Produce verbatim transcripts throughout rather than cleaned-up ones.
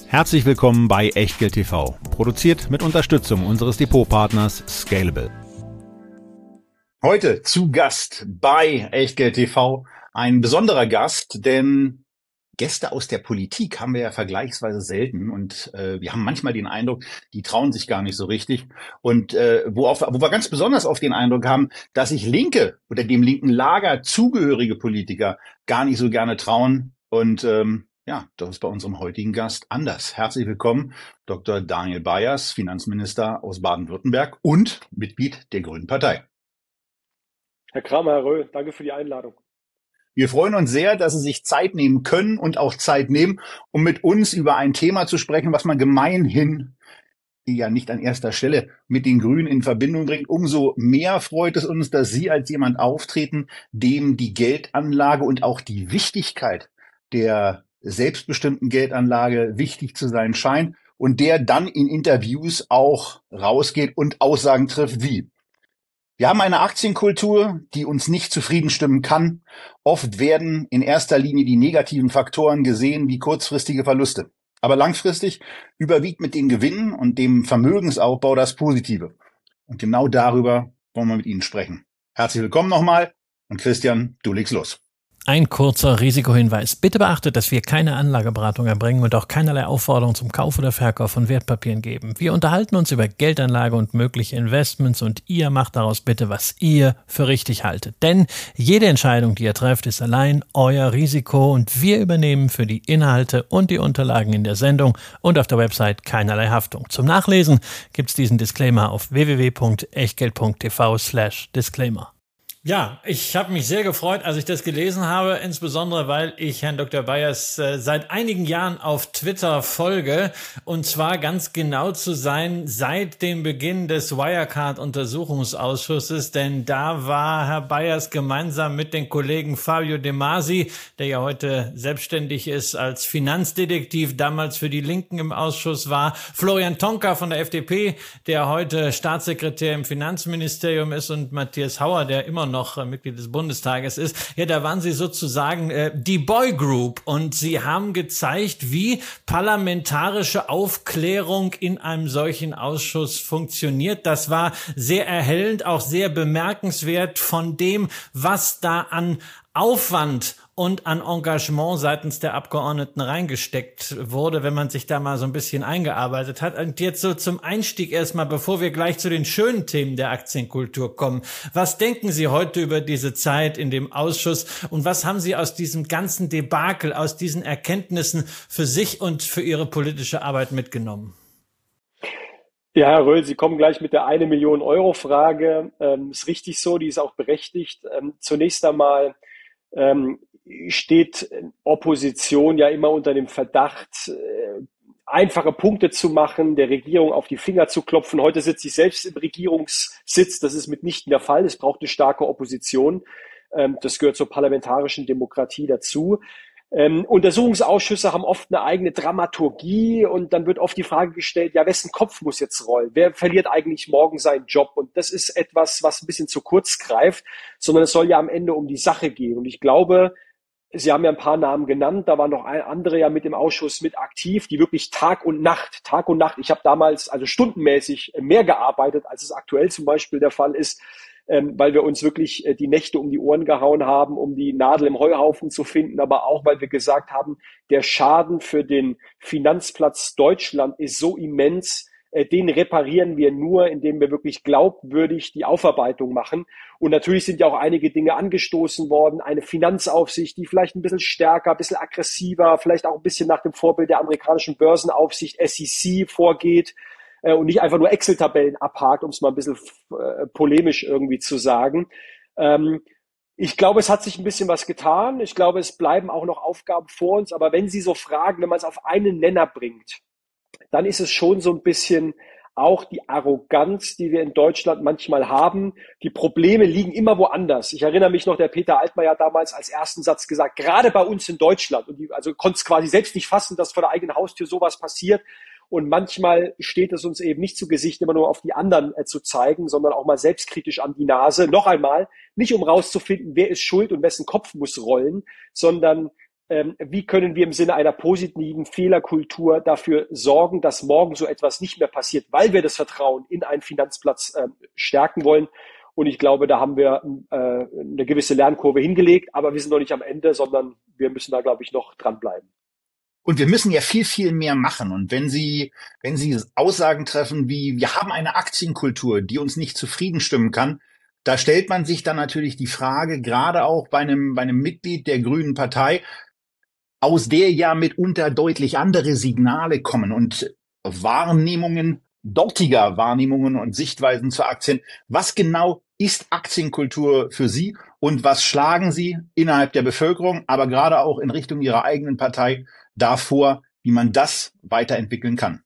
Herzlich willkommen bei Echtgeld T V, produziert mit Unterstützung unseres Depotpartners Scalable. Heute zu Gast bei Echtgeld T V ein besonderer Gast, denn Gäste aus der Politik haben wir ja vergleichsweise selten und äh, wir haben manchmal den Eindruck, die trauen sich gar nicht so richtig. Und äh, wo, auf, wo wir ganz besonders auf den Eindruck haben, dass sich linke oder dem linken Lager zugehörige Politiker gar nicht so gerne trauen. Und ähm, ja, das ist bei unserem heutigen Gast anders. Herzlich willkommen, Doktor Daniel Bayers, Finanzminister aus Baden-Württemberg und Mitglied der Grünen Partei. Herr Kramer, Herr Röhl, danke für die Einladung. Wir freuen uns sehr, dass Sie sich Zeit nehmen können und auch Zeit nehmen, um mit uns über ein Thema zu sprechen, was man gemeinhin ja nicht an erster Stelle mit den Grünen in Verbindung bringt. Umso mehr freut es uns, dass Sie als jemand auftreten, dem die Geldanlage und auch die Wichtigkeit der selbstbestimmten Geldanlage wichtig zu sein scheint und der dann in Interviews auch rausgeht und Aussagen trifft wie: Wir haben eine Aktienkultur, die uns nicht zufrieden stimmen kann. Oft werden in erster Linie die negativen Faktoren gesehen wie kurzfristige Verluste. Aber langfristig überwiegt mit den Gewinnen und dem Vermögensaufbau das Positive. Und genau darüber wollen wir mit Ihnen sprechen. Herzlich willkommen nochmal und Christian, du legst los. Ein kurzer Risikohinweis. Bitte beachtet, dass wir keine Anlageberatung erbringen und auch keinerlei Aufforderung zum Kauf oder Verkauf von Wertpapieren geben. Wir unterhalten uns über Geldanlage und mögliche Investments und ihr macht daraus bitte, was ihr für richtig haltet. Denn jede Entscheidung, die ihr trefft, ist allein euer Risiko und wir übernehmen für die Inhalte und die Unterlagen in der Sendung und auf der Website keinerlei Haftung. Zum Nachlesen gibt's diesen Disclaimer auf w w w punkt echtgeld punkt t v slash disclaimer. Ja, ich habe mich sehr gefreut, als ich das gelesen habe, insbesondere weil ich Herrn Doktor Bayers äh, seit einigen Jahren auf Twitter folge, und zwar ganz genau zu sein seit dem Beginn des Wirecard-Untersuchungsausschusses, denn da war Herr Bayers gemeinsam mit den Kollegen Fabio De Masi, der ja heute selbstständig ist als Finanzdetektiv, damals für die Linken im Ausschuss war, Florian Tonka von der F D P, der heute Staatssekretär im Finanzministerium ist, und Matthias Hauer, der immer noch noch Mitglied des Bundestages ist. Ja, da waren sie sozusagen äh, die Boy Group und sie haben gezeigt, wie parlamentarische Aufklärung in einem solchen Ausschuss funktioniert. Das war sehr erhellend, auch sehr bemerkenswert von dem, was da an Aufwand und an Engagement seitens der Abgeordneten reingesteckt wurde, wenn man sich da mal so ein bisschen eingearbeitet hat. Und jetzt so zum Einstieg erstmal, bevor wir gleich zu den schönen Themen der Aktienkultur kommen. Was denken Sie heute über diese Zeit in dem Ausschuss und was haben Sie aus diesem ganzen Debakel, aus diesen Erkenntnissen für sich und für Ihre politische Arbeit mitgenommen? Ja, Herr Röhl, Sie kommen gleich mit der eine Million Euro Frage. Ähm, ist richtig so, die ist auch berechtigt. Ähm, zunächst einmal ähm, steht Opposition ja immer unter dem Verdacht, äh, einfache Punkte zu machen, der Regierung auf die Finger zu klopfen. Heute sitze ich selbst im Regierungssitz. Das ist mitnichten der Fall. Es braucht eine starke Opposition. Ähm, das gehört zur parlamentarischen Demokratie dazu. Ähm, Untersuchungsausschüsse haben oft eine eigene Dramaturgie und dann wird oft die Frage gestellt, ja, wessen Kopf muss jetzt rollen? Wer verliert eigentlich morgen seinen Job? Und das ist etwas, was ein bisschen zu kurz greift, sondern es soll ja am Ende um die Sache gehen. Und ich glaube, Sie haben ja ein paar Namen genannt, da waren noch andere ja mit im Ausschuss mit aktiv, die wirklich Tag und Nacht, Tag und Nacht, ich habe damals also stundenmäßig mehr gearbeitet, als es aktuell zum Beispiel der Fall ist, ähm, weil wir uns wirklich äh, die Nächte um die Ohren gehauen haben, um die Nadel im Heuhaufen zu finden, aber auch, weil wir gesagt haben, der Schaden für den Finanzplatz Deutschland ist so immens, äh, den reparieren wir nur, indem wir wirklich glaubwürdig die Aufarbeitung machen. Und natürlich sind ja auch einige Dinge angestoßen worden, eine Finanzaufsicht, die vielleicht ein bisschen stärker, ein bisschen aggressiver, vielleicht auch ein bisschen nach dem Vorbild der amerikanischen Börsenaufsicht S E C vorgeht, äh, und nicht einfach nur Excel-Tabellen abhakt, um es mal ein bisschen äh, polemisch irgendwie zu sagen. Ähm, ich glaube, es hat sich ein bisschen was getan. Ich glaube, es bleiben auch noch Aufgaben vor uns. Aber wenn Sie so fragen, wenn man es auf einen Nenner bringt, dann ist es schon so ein bisschen auch die Arroganz, die wir in Deutschland manchmal haben. Die Probleme liegen immer woanders. Ich erinnere mich noch, der Peter Altmaier damals als ersten Satz gesagt, gerade bei uns in Deutschland, und die, also konnte es quasi selbst nicht fassen, dass vor der eigenen Haustür sowas passiert. Und manchmal steht es uns eben nicht zu Gesicht, immer nur auf die anderen äh, zu zeigen, sondern auch mal selbstkritisch an die Nase. Noch einmal, nicht um rauszufinden, wer ist schuld und wessen Kopf muss rollen, sondern ähm, wie können wir im Sinne einer positiven Fehlerkultur dafür sorgen, dass morgen so etwas nicht mehr passiert, weil wir das Vertrauen in einen Finanzplatz äh, stärken wollen. Und ich glaube, da haben wir äh, eine gewisse Lernkurve hingelegt, aber wir sind noch nicht am Ende, sondern wir müssen da, glaube ich, noch dranbleiben. Und wir müssen ja viel, viel mehr machen. Und wenn Sie, wenn Sie Aussagen treffen wie, wir haben eine Aktienkultur, die uns nicht zufrieden stimmen kann, da stellt man sich dann natürlich die Frage, gerade auch bei einem, bei einem Mitglied der Grünen Partei, aus der ja mitunter deutlich andere Signale kommen und Wahrnehmungen, dortiger Wahrnehmungen und Sichtweisen zu Aktien. Was genau ist Aktienkultur für Sie und was schlagen Sie innerhalb der Bevölkerung, aber gerade auch in Richtung Ihrer eigenen Partei davor, wie man das weiterentwickeln kann?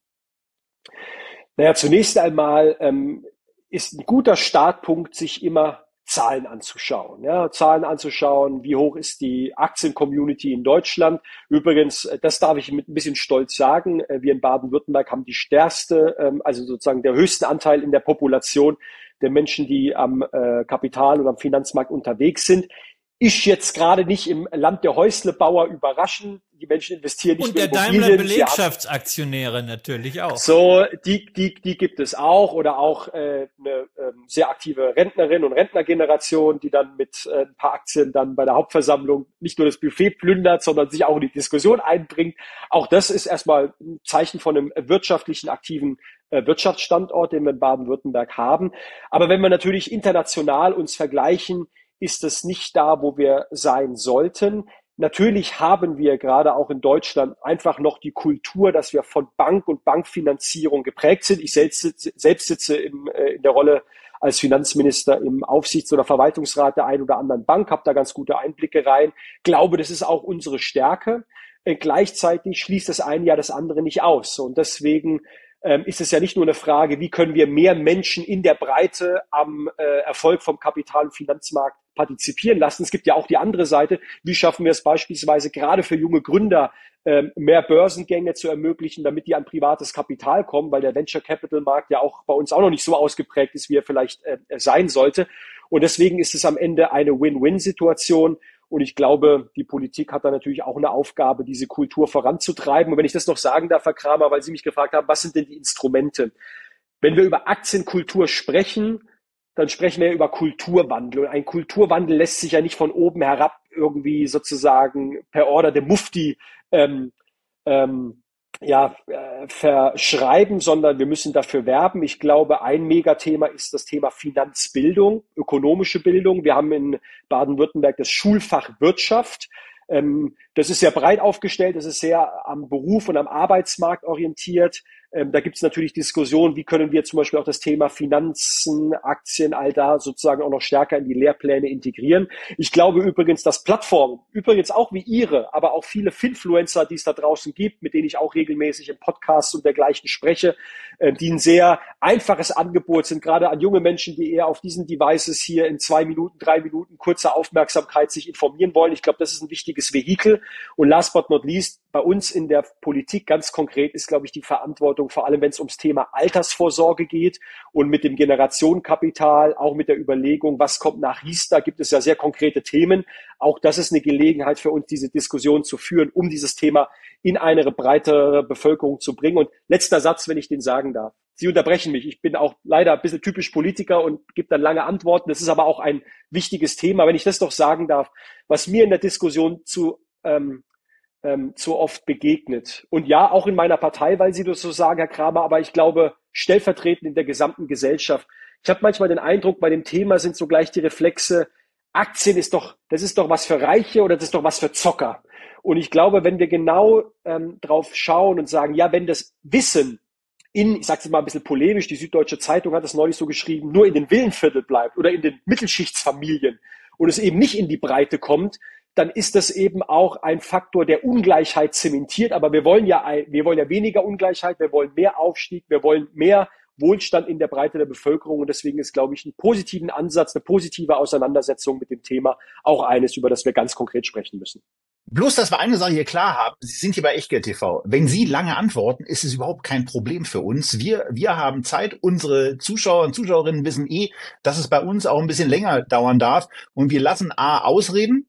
Naja, zunächst einmal ähm, ist ein guter Startpunkt, sich immer Zahlen anzuschauen. Ja, Zahlen anzuschauen, wie hoch ist die Aktien-Community in Deutschland. Übrigens, das darf ich mit ein bisschen Stolz sagen, wir in Baden-Württemberg haben die stärkste, ähm, also sozusagen der höchsten Anteil in der Population der Menschen, die am äh, Kapital- und am Finanzmarkt unterwegs sind. Ist jetzt gerade nicht im Land der Häuslebauer überraschend. Die Menschen investieren nicht und mehr in der Immobilien. Daimler-Belegschaftsaktionäre natürlich auch. So, die, die, die gibt es auch. Oder auch äh, eine ähm, sehr aktive Rentnerin- und Rentnergeneration, die dann mit äh, ein paar Aktien dann bei der Hauptversammlung nicht nur das Buffet plündert, sondern sich auch in die Diskussion einbringt. Auch das ist erstmal ein Zeichen von einem wirtschaftlichen, aktiven äh, Wirtschaftsstandort, den wir in Baden-Württemberg haben. Aber wenn wir natürlich international uns vergleichen, ist es nicht da, wo wir sein sollten. Natürlich haben wir gerade auch in Deutschland einfach noch die Kultur, dass wir von Bank und Bankfinanzierung geprägt sind. Ich selbst sitze, selbst sitze im, äh, in der Rolle als Finanzminister im Aufsichts- oder Verwaltungsrat der einen oder anderen Bank, habe da ganz gute Einblicke rein. Glaube, das ist auch unsere Stärke. Äh, gleichzeitig schließt das eine ja das andere nicht aus. Und deswegen ähm, ist es ja nicht nur eine Frage, wie können wir mehr Menschen in der Breite am äh, Erfolg vom Kapital- und Finanzmarkt partizipieren lassen. Es gibt ja auch die andere Seite. Wie schaffen wir es beispielsweise gerade für junge Gründer, ähm, mehr Börsengänge zu ermöglichen, damit die an privates Kapital kommen, weil der Venture Capital Markt ja auch bei uns auch noch nicht so ausgeprägt ist, wie er vielleicht äh, sein sollte. Und deswegen ist es am Ende eine Win-Win-Situation. Und ich glaube, die Politik hat da natürlich auch eine Aufgabe, diese Kultur voranzutreiben. Und wenn ich das noch sagen darf, Herr Kramer, weil Sie mich gefragt haben, was sind denn die Instrumente? Wenn wir über Aktienkultur sprechen, dann sprechen wir über Kulturwandel. Und ein Kulturwandel lässt sich ja nicht von oben herab irgendwie sozusagen per Order dem Mufti ähm, ähm, ja, äh, verschreiben, sondern wir müssen dafür werben. Ich glaube, ein Megathema ist das Thema Finanzbildung, ökonomische Bildung. Wir haben in Baden-Württemberg das Schulfach Wirtschaft. Ähm, das ist sehr breit aufgestellt, das ist sehr am Beruf und am Arbeitsmarkt orientiert. Ähm, da gibt es natürlich Diskussionen, wie können wir zum Beispiel auch das Thema Finanzen, Aktien, all da sozusagen auch noch stärker in die Lehrpläne integrieren. Ich glaube übrigens, dass Plattformen, übrigens auch wie Ihre, aber auch viele Finfluencer, die es da draußen gibt, mit denen ich auch regelmäßig im Podcast und dergleichen spreche, äh, die ein sehr einfaches Angebot sind, gerade an junge Menschen, die eher auf diesen Devices hier in zwei Minuten, drei Minuten kurzer Aufmerksamkeit sich informieren wollen. Ich glaube, das ist ein wichtiges Vehikel. Und last but not least, bei uns in der Politik ganz konkret ist, glaube ich, die Verantwortung, vor allem wenn es ums Thema Altersvorsorge geht und mit dem Generationenkapital, auch mit der Überlegung, was kommt nach Riester, gibt es ja sehr konkrete Themen. Auch das ist eine Gelegenheit für uns, diese Diskussion zu führen, um dieses Thema in eine breitere Bevölkerung zu bringen. Und letzter Satz, wenn ich den sagen darf. Sie unterbrechen mich. Ich bin auch leider ein bisschen typisch Politiker und gebe dann lange Antworten. Das ist aber auch ein wichtiges Thema. Wenn ich das doch sagen darf, was mir in der Diskussion zu ähm, ähm, zu oft begegnet. Und ja, auch in meiner Partei, weil Sie das so sagen, Herr Kramer, aber ich glaube, stellvertretend in der gesamten Gesellschaft. Ich habe manchmal den Eindruck, bei dem Thema sind so gleich die Reflexe, Aktien ist doch, das ist doch was für Reiche oder das ist doch was für Zocker. Und ich glaube, wenn wir genau ähm, drauf schauen und sagen, ja, wenn das Wissen in, ich sage es mal ein bisschen polemisch, die Süddeutsche Zeitung hat es neulich so geschrieben, nur in den Villenviertel bleibt oder in den Mittelschichtsfamilien und es eben nicht in die Breite kommt, dann ist das eben auch ein Faktor, der Ungleichheit zementiert. Aber wir wollen ja, wir wollen ja weniger Ungleichheit, wir wollen mehr Aufstieg, wir wollen mehr Wohlstand in der Breite der Bevölkerung. Und deswegen ist, glaube ich, ein positiven Ansatz, eine positive Auseinandersetzung mit dem Thema auch eines, über das wir ganz konkret sprechen müssen. Bloß, dass wir eine Sache hier klar haben. Sie sind hier bei Echtgeld T V. Wenn Sie lange antworten, ist es überhaupt kein Problem für uns. Wir, wir haben Zeit. Unsere Zuschauer und Zuschauerinnen wissen eh, dass es bei uns auch ein bisschen länger dauern darf. Und wir lassen A ausreden.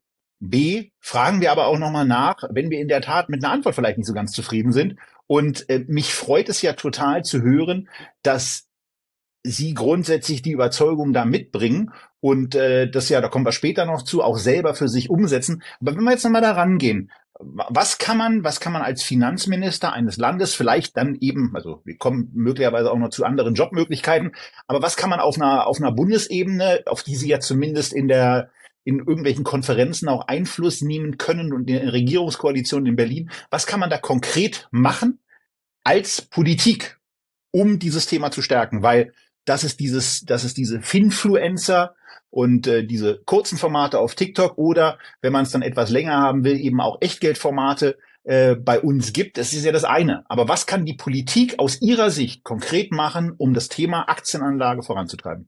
B, fragen wir aber auch nochmal nach, wenn wir in der Tat mit einer Antwort vielleicht nicht so ganz zufrieden sind. Und äh, mich freut es ja total zu hören, dass Sie grundsätzlich die Überzeugung da mitbringen und äh, das ja, da kommen wir später noch zu, auch selber für sich umsetzen. Aber wenn wir jetzt nochmal da rangehen, was kann man, was kann man als Finanzminister eines Landes vielleicht dann eben, also wir kommen möglicherweise auch noch zu anderen Jobmöglichkeiten, aber was kann man auf einer auf einer Bundesebene, auf die Sie ja zumindest in der in irgendwelchen Konferenzen auch Einfluss nehmen können und in der Regierungskoalition in Berlin, was kann man da konkret machen als Politik, um dieses Thema zu stärken? Weil das ist dieses, das ist diese Finfluencer und äh, diese kurzen Formate auf TikTok oder, wenn man es dann etwas länger haben will, eben auch Echtgeldformate äh, bei uns gibt. Das ist ja das eine. Aber was kann die Politik aus Ihrer Sicht konkret machen, um das Thema Aktienanlage voranzutreiben?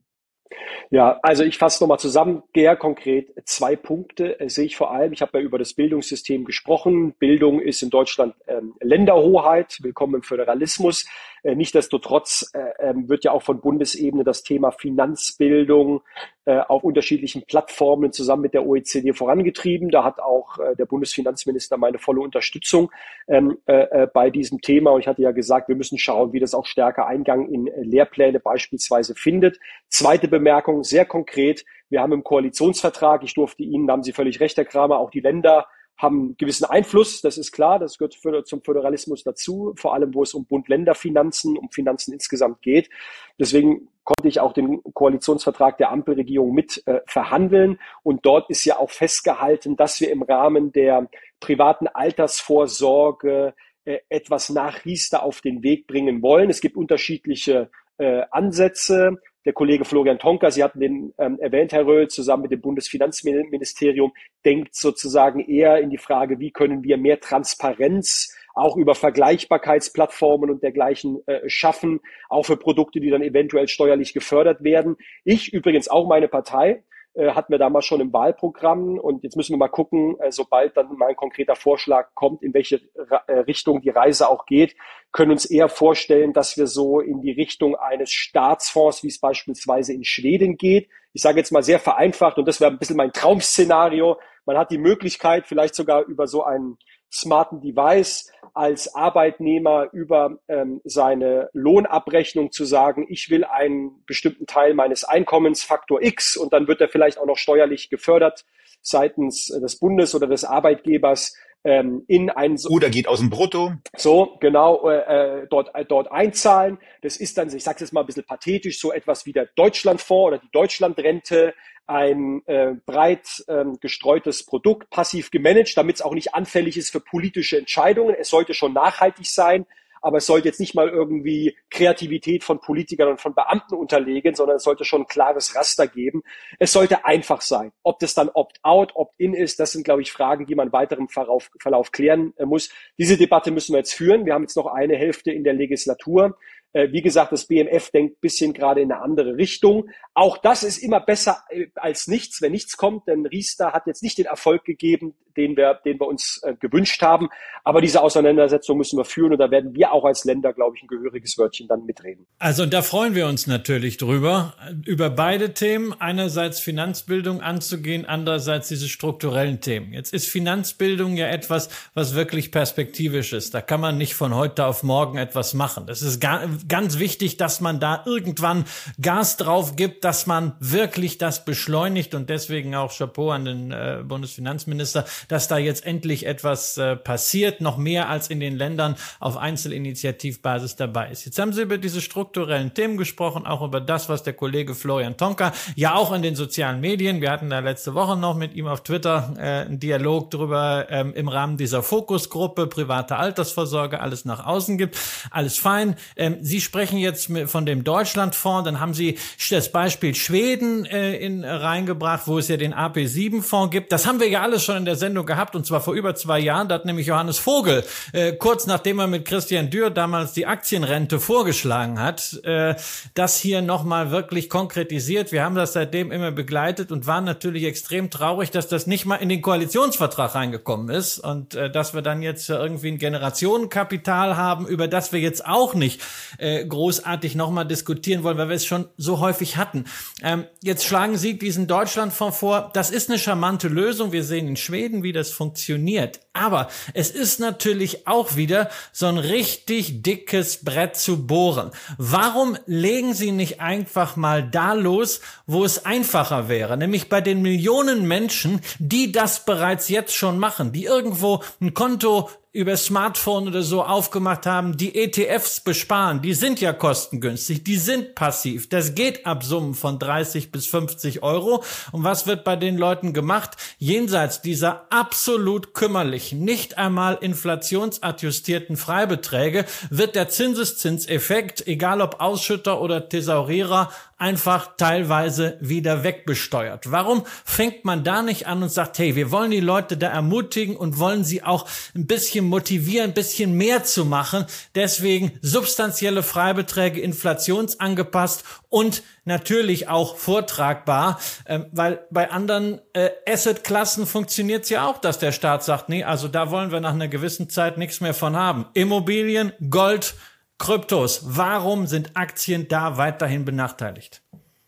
Ja, also ich fasse nochmal zusammen, sehr konkret zwei Punkte äh, sehe ich vor allem. Ich habe ja über das Bildungssystem gesprochen. Bildung ist in Deutschland ähm, Länderhoheit, willkommen im Föderalismus. Äh, Nichtsdestotrotz äh, äh, wird ja auch von Bundesebene das Thema Finanzbildung äh, auf unterschiedlichen Plattformen zusammen mit der O E C D vorangetrieben. Da hat auch äh, der Bundesfinanzminister meine volle Unterstützung ähm, äh, bei diesem Thema. Und ich hatte ja gesagt, wir müssen schauen, wie das auch stärker Eingang in äh, Lehrpläne beispielsweise findet. Zweite Bemerkung, sehr konkret. Wir haben im Koalitionsvertrag, ich durfte Ihnen, da haben Sie völlig recht, Herr Kramer, auch die Länder haben einen gewissen Einfluss, das ist klar, das gehört für, zum Föderalismus dazu, vor allem wo es um Bund-Länder-Finanzen, um Finanzen insgesamt geht. Deswegen konnte ich auch den Koalitionsvertrag der Ampelregierung mit äh, verhandeln und dort ist ja auch festgehalten, dass wir im Rahmen der privaten Altersvorsorge äh, etwas nach Riester auf den Weg bringen wollen. Es gibt unterschiedliche äh, Ansätze. Der Kollege Florian Tonka, Sie hatten den ähm, erwähnt, Herr Röhl, zusammen mit dem Bundesfinanzministerium, denkt sozusagen eher in die Frage, wie können wir mehr Transparenz auch über Vergleichbarkeitsplattformen und dergleichen äh, schaffen, auch für Produkte, die dann eventuell steuerlich gefördert werden. Ich, übrigens auch meine Partei, äh, hatten wir damals schon im Wahlprogramm und jetzt müssen wir mal gucken, äh, sobald dann mal ein konkreter Vorschlag kommt, in welche äh, Richtung die Reise auch geht, können uns eher vorstellen, dass wir so in die Richtung eines Staatsfonds, wie es beispielsweise in Schweden geht. Ich sage jetzt mal sehr vereinfacht und das wäre ein bisschen mein Traum-Szenario. Man hat die Möglichkeit, vielleicht sogar über so einen smarten Device als Arbeitnehmer über ähm, seine Lohnabrechnung zu sagen, ich will einen bestimmten Teil meines Einkommens Faktor X und dann wird er vielleicht auch noch steuerlich gefördert seitens des Bundes oder des Arbeitgebers ähm, in einen... Oder geht aus dem Brutto. So, genau, äh, dort, äh, dort einzahlen. Das ist dann, ich sage es jetzt mal ein bisschen pathetisch, so etwas wie der Deutschlandfonds oder die Deutschlandrente, ein äh, breit ähm, gestreutes Produkt, passiv gemanagt, damit es auch nicht anfällig ist für politische Entscheidungen. Es sollte schon nachhaltig sein, aber es sollte jetzt nicht mal irgendwie Kreativität von Politikern und von Beamten unterlegen, sondern es sollte schon ein klares Raster geben. Es sollte einfach sein. Ob das dann Opt-out, Opt-in ist, das sind, glaube ich, Fragen, die man im weiteren Verlauf, Verlauf klären äh, muss. Diese Debatte müssen wir jetzt führen. Wir haben jetzt noch eine Hälfte in der Legislatur. Wie gesagt, das B M F denkt ein bisschen gerade in eine andere Richtung. Auch das ist immer besser als nichts, wenn nichts kommt, denn Riester hat jetzt nicht den Erfolg gegeben, den wir, den wir uns äh, gewünscht haben. Aber diese Auseinandersetzung müssen wir führen und da werden wir auch als Länder, glaube ich, ein gehöriges Wörtchen dann mitreden. Also da freuen wir uns natürlich drüber, über beide Themen. Einerseits Finanzbildung anzugehen, andererseits diese strukturellen Themen. Jetzt ist Finanzbildung ja etwas, was wirklich perspektivisch ist. Da kann man nicht von heute auf morgen etwas machen. Das ist gar, ganz wichtig, dass man da irgendwann Gas drauf gibt, dass man wirklich das beschleunigt und deswegen auch Chapeau an den äh, Bundesfinanzminister, dass da jetzt endlich etwas äh, passiert, noch mehr als in den Ländern auf Einzelinitiativbasis dabei ist. Jetzt haben Sie über diese strukturellen Themen gesprochen, auch über das, was der Kollege Florian Tonka ja auch in den sozialen Medien, wir hatten da letzte Woche noch mit ihm auf Twitter äh, einen Dialog drüber, ähm, im Rahmen dieser Fokusgruppe, private Altersvorsorge, alles nach außen gibt, alles fein. Ähm, Sie sprechen jetzt von dem Deutschlandfonds, dann haben Sie das Beispiel Schweden äh, in, äh, reingebracht, wo es ja den A P sieben Fonds gibt. Das haben wir ja alles schon in der Sendung gehabt und zwar vor über zwei Jahren. Da hat nämlich Johannes Vogel, äh, kurz nachdem er mit Christian Dürr damals die Aktienrente vorgeschlagen hat, äh, das hier nochmal wirklich konkretisiert. Wir haben das seitdem immer begleitet und waren natürlich extrem traurig, dass das nicht mal in den Koalitionsvertrag reingekommen ist und äh, dass wir dann jetzt irgendwie ein Generationenkapital haben, über das wir jetzt auch nicht äh, großartig nochmal diskutieren wollen, weil wir es schon so häufig hatten. Ähm, jetzt schlagen Sie diesen Deutschlandfonds vor. Das ist eine charmante Lösung. Wir sehen in Schweden, wie das funktioniert. Aber es ist natürlich auch wieder so ein richtig dickes Brett zu bohren. Warum legen Sie nicht einfach mal da los, wo es einfacher wäre? Nämlich bei den Millionen Menschen, die das bereits jetzt schon machen, die irgendwo ein Konto über Smartphone oder so aufgemacht haben, die E T Fs besparen, die sind ja kostengünstig, die sind passiv. Das geht ab Summen von dreißig bis fünfzig Euro. Und was wird bei den Leuten gemacht? Jenseits dieser absolut kümmerlichen, nicht einmal inflationsadjustierten Freibeträge wird der Zinseszinseffekt, egal ob Ausschütter oder Thesaurierer, einfach teilweise wieder wegbesteuert. Warum fängt man da nicht an und sagt, hey, wir wollen die Leute da ermutigen und wollen sie auch ein bisschen motivieren, ein bisschen mehr zu machen. Deswegen substanzielle Freibeträge inflationsangepasst und natürlich auch vortragbar, ähm, weil bei anderen äh, Assetklassen funktioniert es ja auch, dass der Staat sagt, nee, also da wollen wir nach einer gewissen Zeit nichts mehr von haben. Immobilien, Gold, Kryptos. Warum sind Aktien da weiterhin benachteiligt?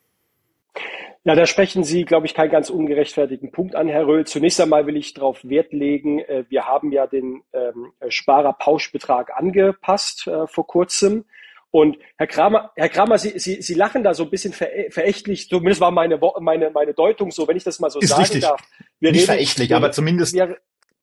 Ja, da sprechen Sie, glaube ich, keinen ganz ungerechtfertigten Punkt an, Herr Röhl. Zunächst einmal will ich darauf Wert legen, äh, wir haben ja den ähm, Sparerpauschbetrag angepasst äh, vor kurzem. Und Herr Kramer, Herr Kramer, Sie, Sie, Sie lachen da so ein bisschen ver- verächtlich, zumindest war meine, meine, meine Deutung so, wenn ich das mal so Ist sagen richtig. darf. Wir Nicht reden, verächtlich, wir, aber zumindest wir,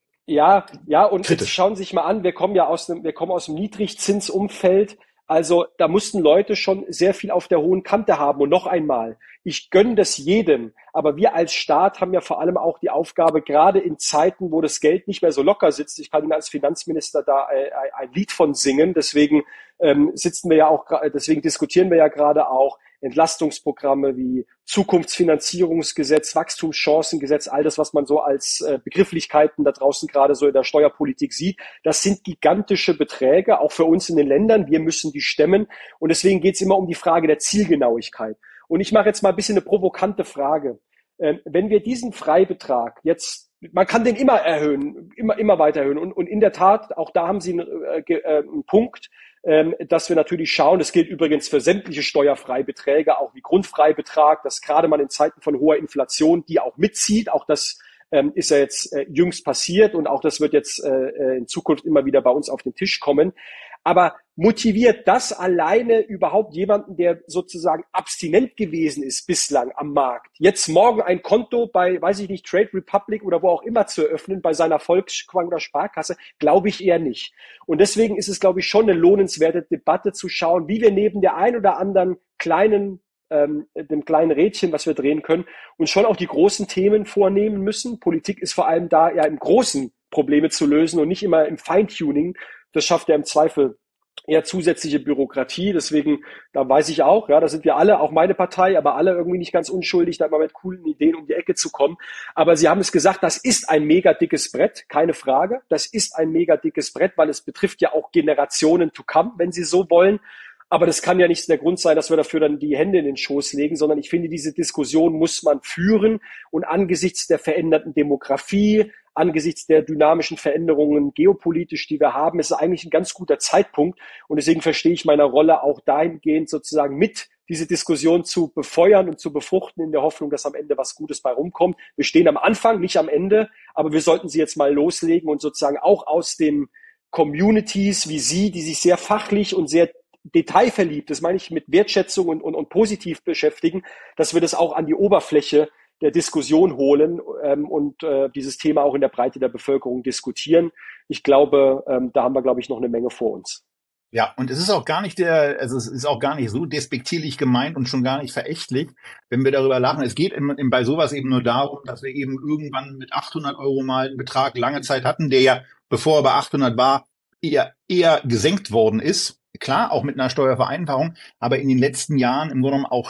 Ja, ja, und jetzt kritisch. schauen Sie sich mal an, wir kommen ja aus einem, wir kommen aus einem Niedrigzinsumfeld. Also da mussten Leute schon sehr viel auf der hohen Kante haben. Und noch einmal, ich gönne das jedem. Aber wir als Staat haben ja vor allem auch die Aufgabe, gerade in Zeiten, wo das Geld nicht mehr so locker sitzt. Ich kann Ihnen als Finanzminister da ein, ein Lied von singen. Deswegen ähm, sitzen wir ja auch, deswegen diskutieren wir ja gerade auch Entlastungsprogramme wie Zukunftsfinanzierungsgesetz, Wachstumschancengesetz, all das, was man so als äh, Begrifflichkeiten da draußen gerade so in der Steuerpolitik sieht. Das sind gigantische Beträge, auch für uns in den Ländern. Wir müssen die stemmen. Und deswegen geht es immer um die Frage der Zielgenauigkeit. Und ich mache jetzt mal ein bisschen eine provokante Frage. Ähm, wenn wir diesen Freibetrag jetzt, man kann den immer erhöhen, immer, immer weiter erhöhen. Und, und in der Tat, auch da haben Sie einen, äh, einen Punkt, ähm, dass wir natürlich schauen, das gilt übrigens für sämtliche Steuerfreibeträge, auch wie Grundfreibetrag, dass gerade mal in Zeiten von hoher Inflation die auch mitzieht. Auch das ähm, ist ja jetzt äh, jüngst passiert und auch das wird jetzt äh, in Zukunft immer wieder bei uns auf den Tisch kommen. Aber motiviert das alleine überhaupt jemanden, der sozusagen abstinent gewesen ist bislang am Markt, jetzt morgen ein Konto bei, weiß ich nicht, Trade Republic oder wo auch immer zu eröffnen, bei seiner Volksbank oder Sparkasse? Glaube ich eher nicht. Und deswegen ist es, glaube ich, schon eine lohnenswerte Debatte zu schauen, wie wir neben der ein oder anderen kleinen ähm, dem kleinen Rädchen, was wir drehen können, uns schon auch die großen Themen vornehmen müssen. Politik ist vor allem da, ja im Großen Probleme zu lösen und nicht immer im Feintuning. Das schafft ja im Zweifel eher zusätzliche Bürokratie. Deswegen, da weiß ich auch, ja, da sind wir alle, auch meine Partei, aber alle irgendwie nicht ganz unschuldig, da immer mit coolen Ideen um die Ecke zu kommen. Aber Sie haben es gesagt, das ist ein mega dickes Brett, keine Frage. Das ist ein mega dickes Brett, weil es betrifft ja auch Generationen to come, wenn Sie so wollen. Aber das kann ja nicht der Grund sein, dass wir dafür dann die Hände in den Schoß legen, sondern ich finde, diese Diskussion muss man führen. Und angesichts der veränderten Demografie, angesichts der dynamischen Veränderungen geopolitisch, die wir haben, ist es eigentlich ein ganz guter Zeitpunkt. Und deswegen verstehe ich meine Rolle auch dahingehend sozusagen mit, diese Diskussion zu befeuern und zu befruchten in der Hoffnung, dass am Ende was Gutes bei rumkommt. Wir stehen am Anfang, nicht am Ende, aber wir sollten sie jetzt mal loslegen und sozusagen auch aus den Communities wie Sie, die sich sehr fachlich und sehr detailverliebt, das meine ich mit Wertschätzung und, und, und positiv beschäftigen, dass wir das auch an die Oberfläche der Diskussion holen ähm, und äh, dieses Thema auch in der Breite der Bevölkerung diskutieren. Ich glaube, ähm, da haben wir, glaube ich, noch eine Menge vor uns. Ja, und es ist auch gar nicht der, also es ist auch gar nicht so despektierlich gemeint und schon gar nicht verächtlich, wenn wir darüber lachen. Es geht im, im, bei sowas eben nur darum, dass wir eben irgendwann mit achthundert Euro mal einen Betrag lange Zeit hatten, der ja, bevor er bei achthundert war, eher, eher gesenkt worden ist. Klar, auch mit einer Steuervereinfachung, aber in den letzten Jahren im Grunde genommen auch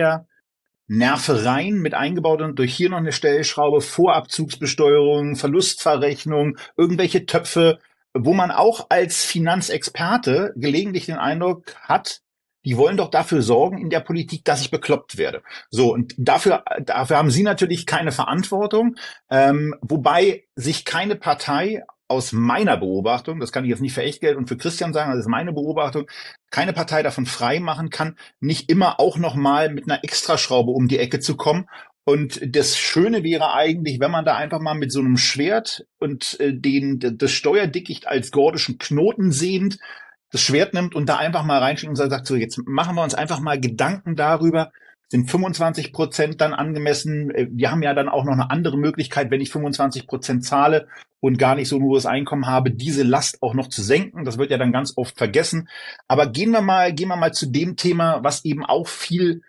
Steuernervereien mit eingebaut und durch hier noch eine Stellschraube, Vorabzugsbesteuerung, Verlustverrechnung, irgendwelche Töpfe, wo man auch als Finanzexperte gelegentlich den Eindruck hat, die wollen doch dafür sorgen in der Politik, dass ich bekloppt werde. So, und dafür, dafür haben Sie natürlich keine Verantwortung, ähm, wobei sich keine Partei aus meiner Beobachtung, das kann ich jetzt nicht für Echtgeld und für Christian sagen, das ist meine Beobachtung, keine Partei davon frei machen kann, nicht immer auch nochmal mit einer Extraschraube um die Ecke zu kommen. Und das Schöne wäre eigentlich, wenn man da einfach mal mit so einem Schwert und äh, den das Steuerdickicht als gordischen Knoten sehend das Schwert nimmt und da einfach mal reinschlägt und sagt, so jetzt machen wir uns einfach mal Gedanken darüber, sind fünfundzwanzig Prozent dann angemessen? Wir haben ja dann auch noch eine andere Möglichkeit, wenn ich fünfundzwanzig Prozent zahle und gar nicht so ein hohes Einkommen habe, diese Last auch noch zu senken. Das wird ja dann ganz oft vergessen. Aber gehen wir mal, gehen wir mal zu dem Thema, was eben auch viel,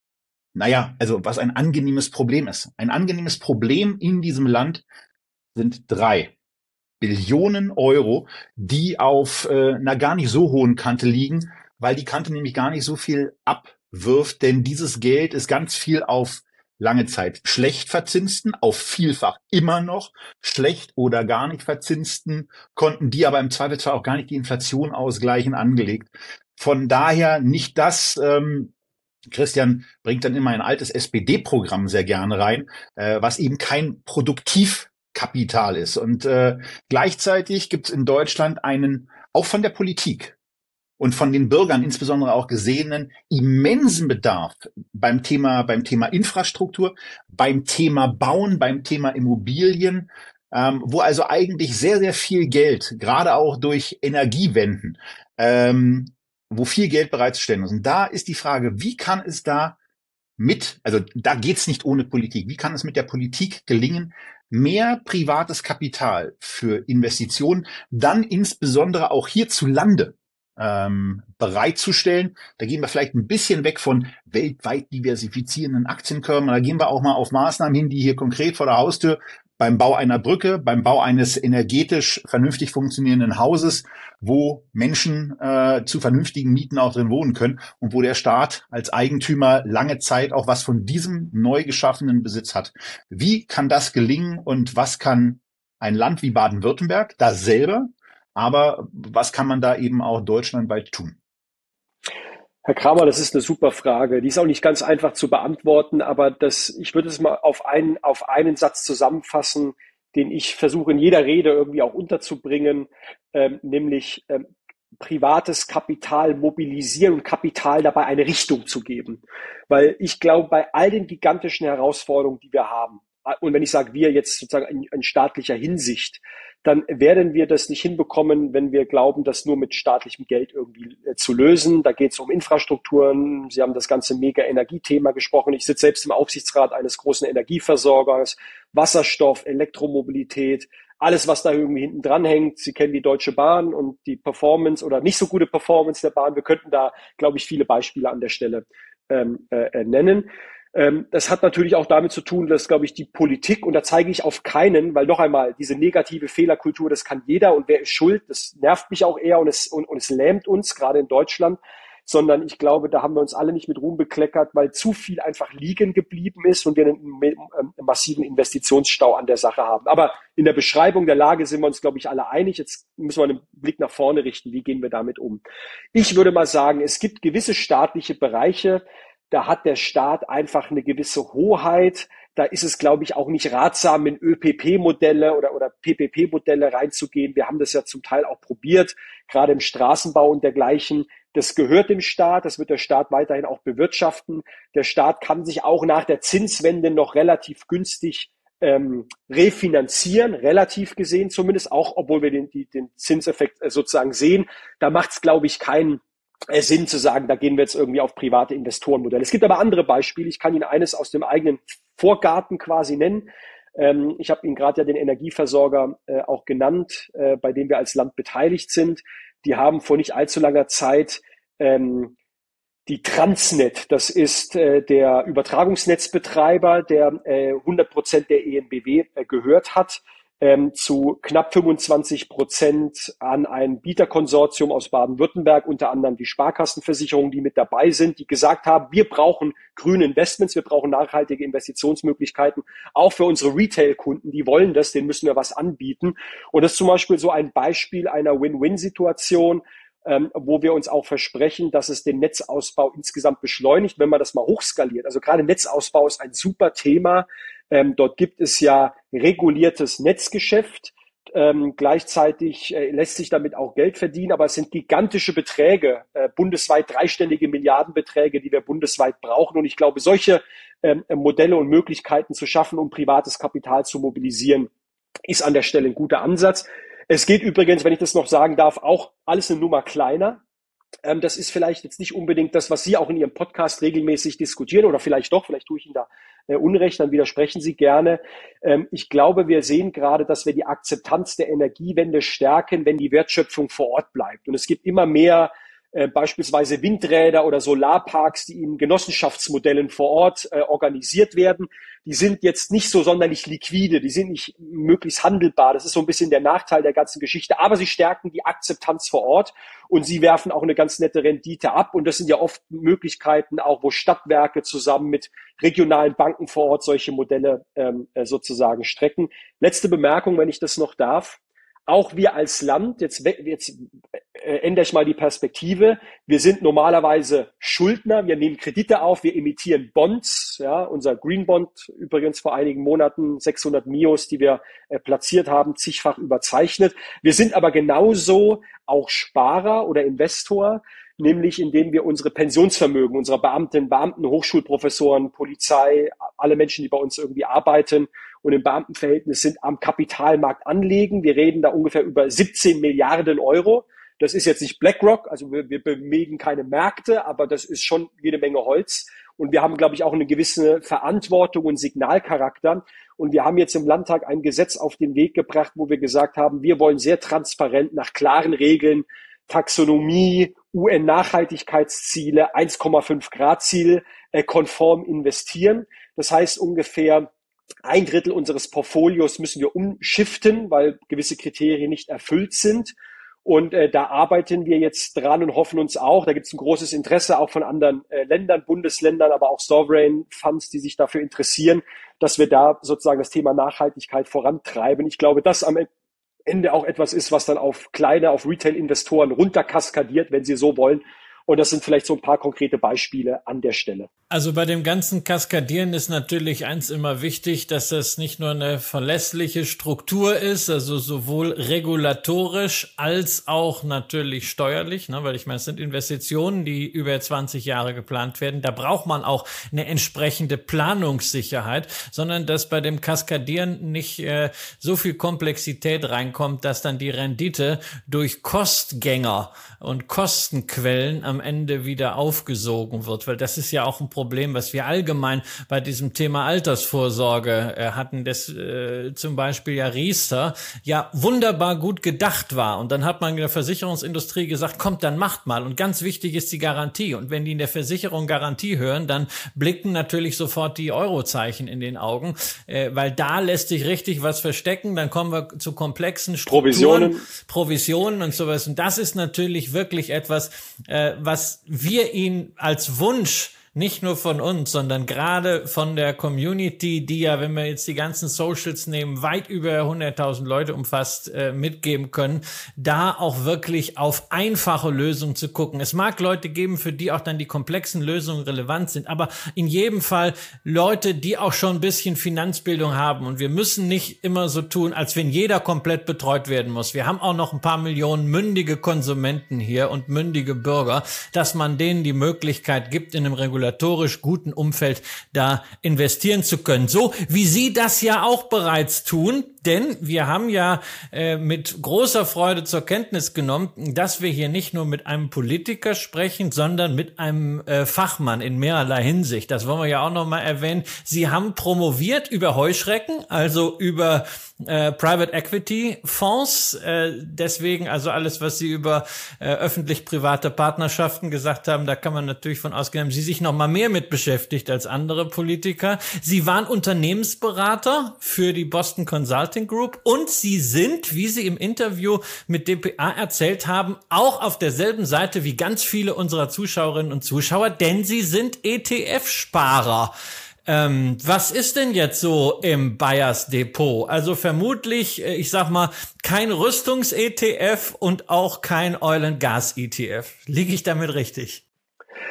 naja, also was ein angenehmes Problem ist. Ein angenehmes Problem in diesem Land sind drei Billionen Euro, die auf äh, einer gar nicht so hohen Kante liegen, weil die Kante nämlich gar nicht so viel abwirft, denn dieses Geld ist ganz viel auf lange Zeit schlecht verzinsten, auf vielfach immer noch schlecht oder gar nicht verzinsten Konten, die aber im Zweifelsfall auch gar nicht die Inflation ausgleichen, angelegt. Von daher nicht das, ähm, Christian bringt dann immer ein altes S P D-Programm sehr gerne rein, äh, was eben kein Produktivkapital ist. Und äh, gleichzeitig gibt es in Deutschland einen, auch von der Politik und von den Bürgern insbesondere auch gesehenen, immensen Bedarf beim Thema, beim Thema Infrastruktur, beim Thema Bauen, beim Thema Immobilien, ähm, wo also eigentlich sehr, sehr viel Geld, gerade auch durch Energiewenden, ähm, wo viel Geld bereitzustellen ist. Und da ist die Frage, wie kann es da mit, also da geht's nicht ohne Politik, wie kann es mit der Politik gelingen, mehr privates Kapital für Investitionen, dann insbesondere auch hierzulande ähm, bereitzustellen. Da gehen wir vielleicht ein bisschen weg von weltweit diversifizierenden Aktienkörben, da gehen wir auch mal auf Maßnahmen hin, die hier konkret vor der Haustür beim Bau einer Brücke, beim Bau eines energetisch vernünftig funktionierenden Hauses, wo Menschen äh, zu vernünftigen Mieten auch drin wohnen können und wo der Staat als Eigentümer lange Zeit auch was von diesem neu geschaffenen Besitz hat. Wie kann das gelingen und was kann ein Land wie Baden-Württemberg da selber, aber was kann man da eben auch deutschlandweit tun? Herr Kramer, das ist eine super Frage. Die ist auch nicht ganz einfach zu beantworten, aber das, ich würde es mal auf einen, auf einen Satz zusammenfassen, den ich versuche in jeder Rede irgendwie auch unterzubringen, ähm, nämlich ähm, privates Kapital mobilisieren und Kapital dabei eine Richtung zu geben. Weil ich glaube, bei all den gigantischen Herausforderungen, die wir haben, und wenn ich sage wir jetzt sozusagen in, in staatlicher Hinsicht, dann werden wir das nicht hinbekommen, wenn wir glauben, das nur mit staatlichem Geld irgendwie äh, zu lösen. Da geht es um Infrastrukturen. Sie haben das ganze Mega-Energiethema gesprochen. Ich sitze selbst im Aufsichtsrat eines großen Energieversorgers. Wasserstoff, Elektromobilität, alles, was da irgendwie hinten dran hängt. Sie kennen die Deutsche Bahn und die Performance oder nicht so gute Performance der Bahn. Wir könnten da, glaube ich, viele Beispiele an der Stelle ähm, äh, nennen. Das hat natürlich auch damit zu tun, dass, glaube ich, die Politik, und da zeige ich auf keinen, weil noch einmal, diese negative Fehlerkultur, das kann jeder und wer ist schuld, das nervt mich auch eher und es, und, und es lähmt uns, gerade in Deutschland, sondern ich glaube, da haben wir uns alle nicht mit Ruhm bekleckert, weil zu viel einfach liegen geblieben ist und wir einen, einen massiven Investitionsstau an der Sache haben. Aber in der Beschreibung der Lage sind wir uns, glaube ich, alle einig. Jetzt müssen wir einen Blick nach vorne richten. Wie gehen wir damit um? Ich würde mal sagen, es gibt gewisse staatliche Bereiche, da hat der Staat einfach eine gewisse Hoheit. Da ist es, glaube ich, auch nicht ratsam, in Ö P P-Modelle oder, oder P P P-Modelle reinzugehen. Wir haben das ja zum Teil auch probiert, gerade im Straßenbau und dergleichen. Das gehört dem Staat, das wird der Staat weiterhin auch bewirtschaften. Der Staat kann sich auch nach der Zinswende noch relativ günstig ähm, refinanzieren, relativ gesehen zumindest, auch obwohl wir den, die, den Zinseffekt sozusagen sehen. Da macht es, glaube ich, keinen Sinn zu sagen, da gehen wir jetzt irgendwie auf private Investorenmodelle. Es gibt aber andere Beispiele. Ich kann Ihnen eines aus dem eigenen Vorgarten quasi nennen. Ähm, ich habe Ihnen gerade ja den Energieversorger äh, auch genannt, äh, bei dem wir als Land beteiligt sind. Die haben vor nicht allzu langer Zeit ähm, die Transnet, das ist äh, der Übertragungsnetzbetreiber, der äh, hundert Prozent der E N B W äh, gehört hat, Ähm, zu knapp fünfundzwanzig Prozent an ein Bieterkonsortium aus Baden-Württemberg, unter anderem die Sparkassenversicherungen, die mit dabei sind, die gesagt haben, wir brauchen grüne Investments, wir brauchen nachhaltige Investitionsmöglichkeiten, auch für unsere Retail-Kunden, die wollen das, denen müssen wir was anbieten. Und das ist zum Beispiel so ein Beispiel einer Win-Win-Situation, ähm, wo wir uns auch versprechen, dass es den Netzausbau insgesamt beschleunigt, wenn man das mal hochskaliert. Also gerade Netzausbau ist ein super Thema. Ähm, dort gibt es ja reguliertes Netzgeschäft. Ähm, gleichzeitig äh, lässt sich damit auch Geld verdienen, aber es sind gigantische Beträge, äh, bundesweit dreistellige Milliardenbeträge, die wir bundesweit brauchen. Und ich glaube, solche ähm, Modelle und Möglichkeiten zu schaffen, um privates Kapital zu mobilisieren, ist an der Stelle ein guter Ansatz. Es geht übrigens, wenn ich das noch sagen darf, auch alles eine Nummer kleiner. Ähm, das ist vielleicht jetzt nicht unbedingt das, was Sie auch in Ihrem Podcast regelmäßig diskutieren, oder vielleicht doch, vielleicht tue ich Ihnen da äh, Unrecht, dann widersprechen Sie gerne. Ähm, ich glaube, wir sehen gerade, dass wir die Akzeptanz der Energiewende stärken, wenn die Wertschöpfung vor Ort bleibt. Und es gibt immer mehr äh, beispielsweise Windräder oder Solarparks, die in Genossenschaftsmodellen vor Ort äh, organisiert werden. Die sind jetzt nicht so sonderlich liquide, die sind nicht möglichst handelbar. Das ist so ein bisschen der Nachteil der ganzen Geschichte. Aber sie stärken die Akzeptanz vor Ort und sie werfen auch eine ganz nette Rendite ab. Und das sind ja oft Möglichkeiten, auch wo Stadtwerke zusammen mit regionalen Banken vor Ort solche Modelle ähm, sozusagen strecken. Letzte Bemerkung, wenn ich das noch darf. Auch wir als Land, jetzt, jetzt äh, ändere ich mal die Perspektive, wir sind normalerweise Schuldner, wir nehmen Kredite auf, wir emittieren Bonds, ja, unser Green Bond übrigens vor einigen Monaten, sechshundert Mios, die wir äh, platziert haben, zigfach überzeichnet. Wir sind aber genauso auch Sparer oder Investor, nämlich indem wir unsere Pensionsvermögen, unserer Beamtinnen, Beamten, Hochschulprofessoren, Polizei, alle Menschen, die bei uns irgendwie arbeiten und im Beamtenverhältnis sind, am Kapitalmarkt anlegen. Wir reden da ungefähr über siebzehn Milliarden Euro. Das ist jetzt nicht BlackRock, also wir, wir bewegen keine Märkte, aber das ist schon jede Menge Holz. Und wir haben, glaube ich, auch eine gewisse Verantwortung und Signalcharakter. Und wir haben jetzt im Landtag ein Gesetz auf den Weg gebracht, wo wir gesagt haben, wir wollen sehr transparent nach klaren Regeln, Taxonomie, U N-Nachhaltigkeitsziele, eins Komma fünf Grad Ziel äh, konform investieren. Das heißt, ungefähr ein Drittel unseres Portfolios müssen wir umschiften, weil gewisse Kriterien nicht erfüllt sind. Und äh, da arbeiten wir jetzt dran und hoffen uns auch, da gibt es ein großes Interesse auch von anderen äh, Ländern, Bundesländern, aber auch Sovereign Funds, die sich dafür interessieren, dass wir da sozusagen das Thema Nachhaltigkeit vorantreiben. Ich glaube, das am Ende auch etwas ist, was dann auf kleine, auf Retail-Investoren runterkaskadiert, wenn sie so wollen. Und das sind vielleicht so ein paar konkrete Beispiele an der Stelle. Also bei dem ganzen Kaskadieren ist natürlich eins immer wichtig, dass das nicht nur eine verlässliche Struktur ist, also sowohl regulatorisch als auch natürlich steuerlich, ne, weil ich meine, es sind Investitionen, die über zwanzig Jahre geplant werden. Da braucht man auch eine entsprechende Planungssicherheit, sondern dass bei dem Kaskadieren nicht äh, so viel Komplexität reinkommt, dass dann die Rendite durch Kostgänger und Kostenquellen am Ende wieder aufgesogen wird, weil das ist ja auch ein Problem, was wir allgemein bei diesem Thema Altersvorsorge äh, hatten, dass äh, zum Beispiel ja Riester ja wunderbar gut gedacht war und dann hat man in der Versicherungsindustrie gesagt, kommt, dann macht mal und ganz wichtig ist die Garantie und wenn die in der Versicherung Garantie hören, dann blicken natürlich sofort die Eurozeichen in den Augen, äh, weil da lässt sich richtig was verstecken, dann kommen wir zu komplexen Strukturen, Provisionen, Provisionen und sowas und das ist natürlich wirklich etwas, äh, was wir Ihnen als Wunsch nicht nur von uns, sondern gerade von der Community, die ja, wenn wir jetzt die ganzen Socials nehmen, weit über hunderttausend Leute umfasst, äh, mitgeben können, da auch wirklich auf einfache Lösungen zu gucken. Es mag Leute geben, für die auch dann die komplexen Lösungen relevant sind, aber in jedem Fall Leute, die auch schon ein bisschen Finanzbildung haben und wir müssen nicht immer so tun, als wenn jeder komplett betreut werden muss. Wir haben auch noch ein paar Millionen mündige Konsumenten hier und mündige Bürger, dass man denen die Möglichkeit gibt, in einem Regulatorisch guten Umfeld da investieren zu können. So wie Sie das ja auch bereits tun, denn wir haben ja äh, mit großer Freude zur Kenntnis genommen, dass wir hier nicht nur mit einem Politiker sprechen, sondern mit einem äh, Fachmann in mehrerlei Hinsicht. Das wollen wir ja auch nochmal erwähnen. Sie haben promoviert über Heuschrecken, also über äh, Private Equity Fonds. Äh, deswegen also alles, was Sie über äh, öffentlich-private Partnerschaften gesagt haben, da kann man natürlich von ausgehen, haben Sie sich noch mal mehr mit beschäftigt als andere Politiker. Sie waren Unternehmensberater für die Boston Consulting Group und Sie sind, wie Sie im Interview mit D P A erzählt haben, auch auf derselben Seite wie ganz viele unserer Zuschauerinnen und Zuschauer, denn Sie sind E T F-Sparer. Ähm, was ist denn jetzt so im Bayers Depot? Also vermutlich, ich sag mal, kein Rüstungs-E T F und auch kein Oil-and-Gas-E T F. Liege ich damit richtig?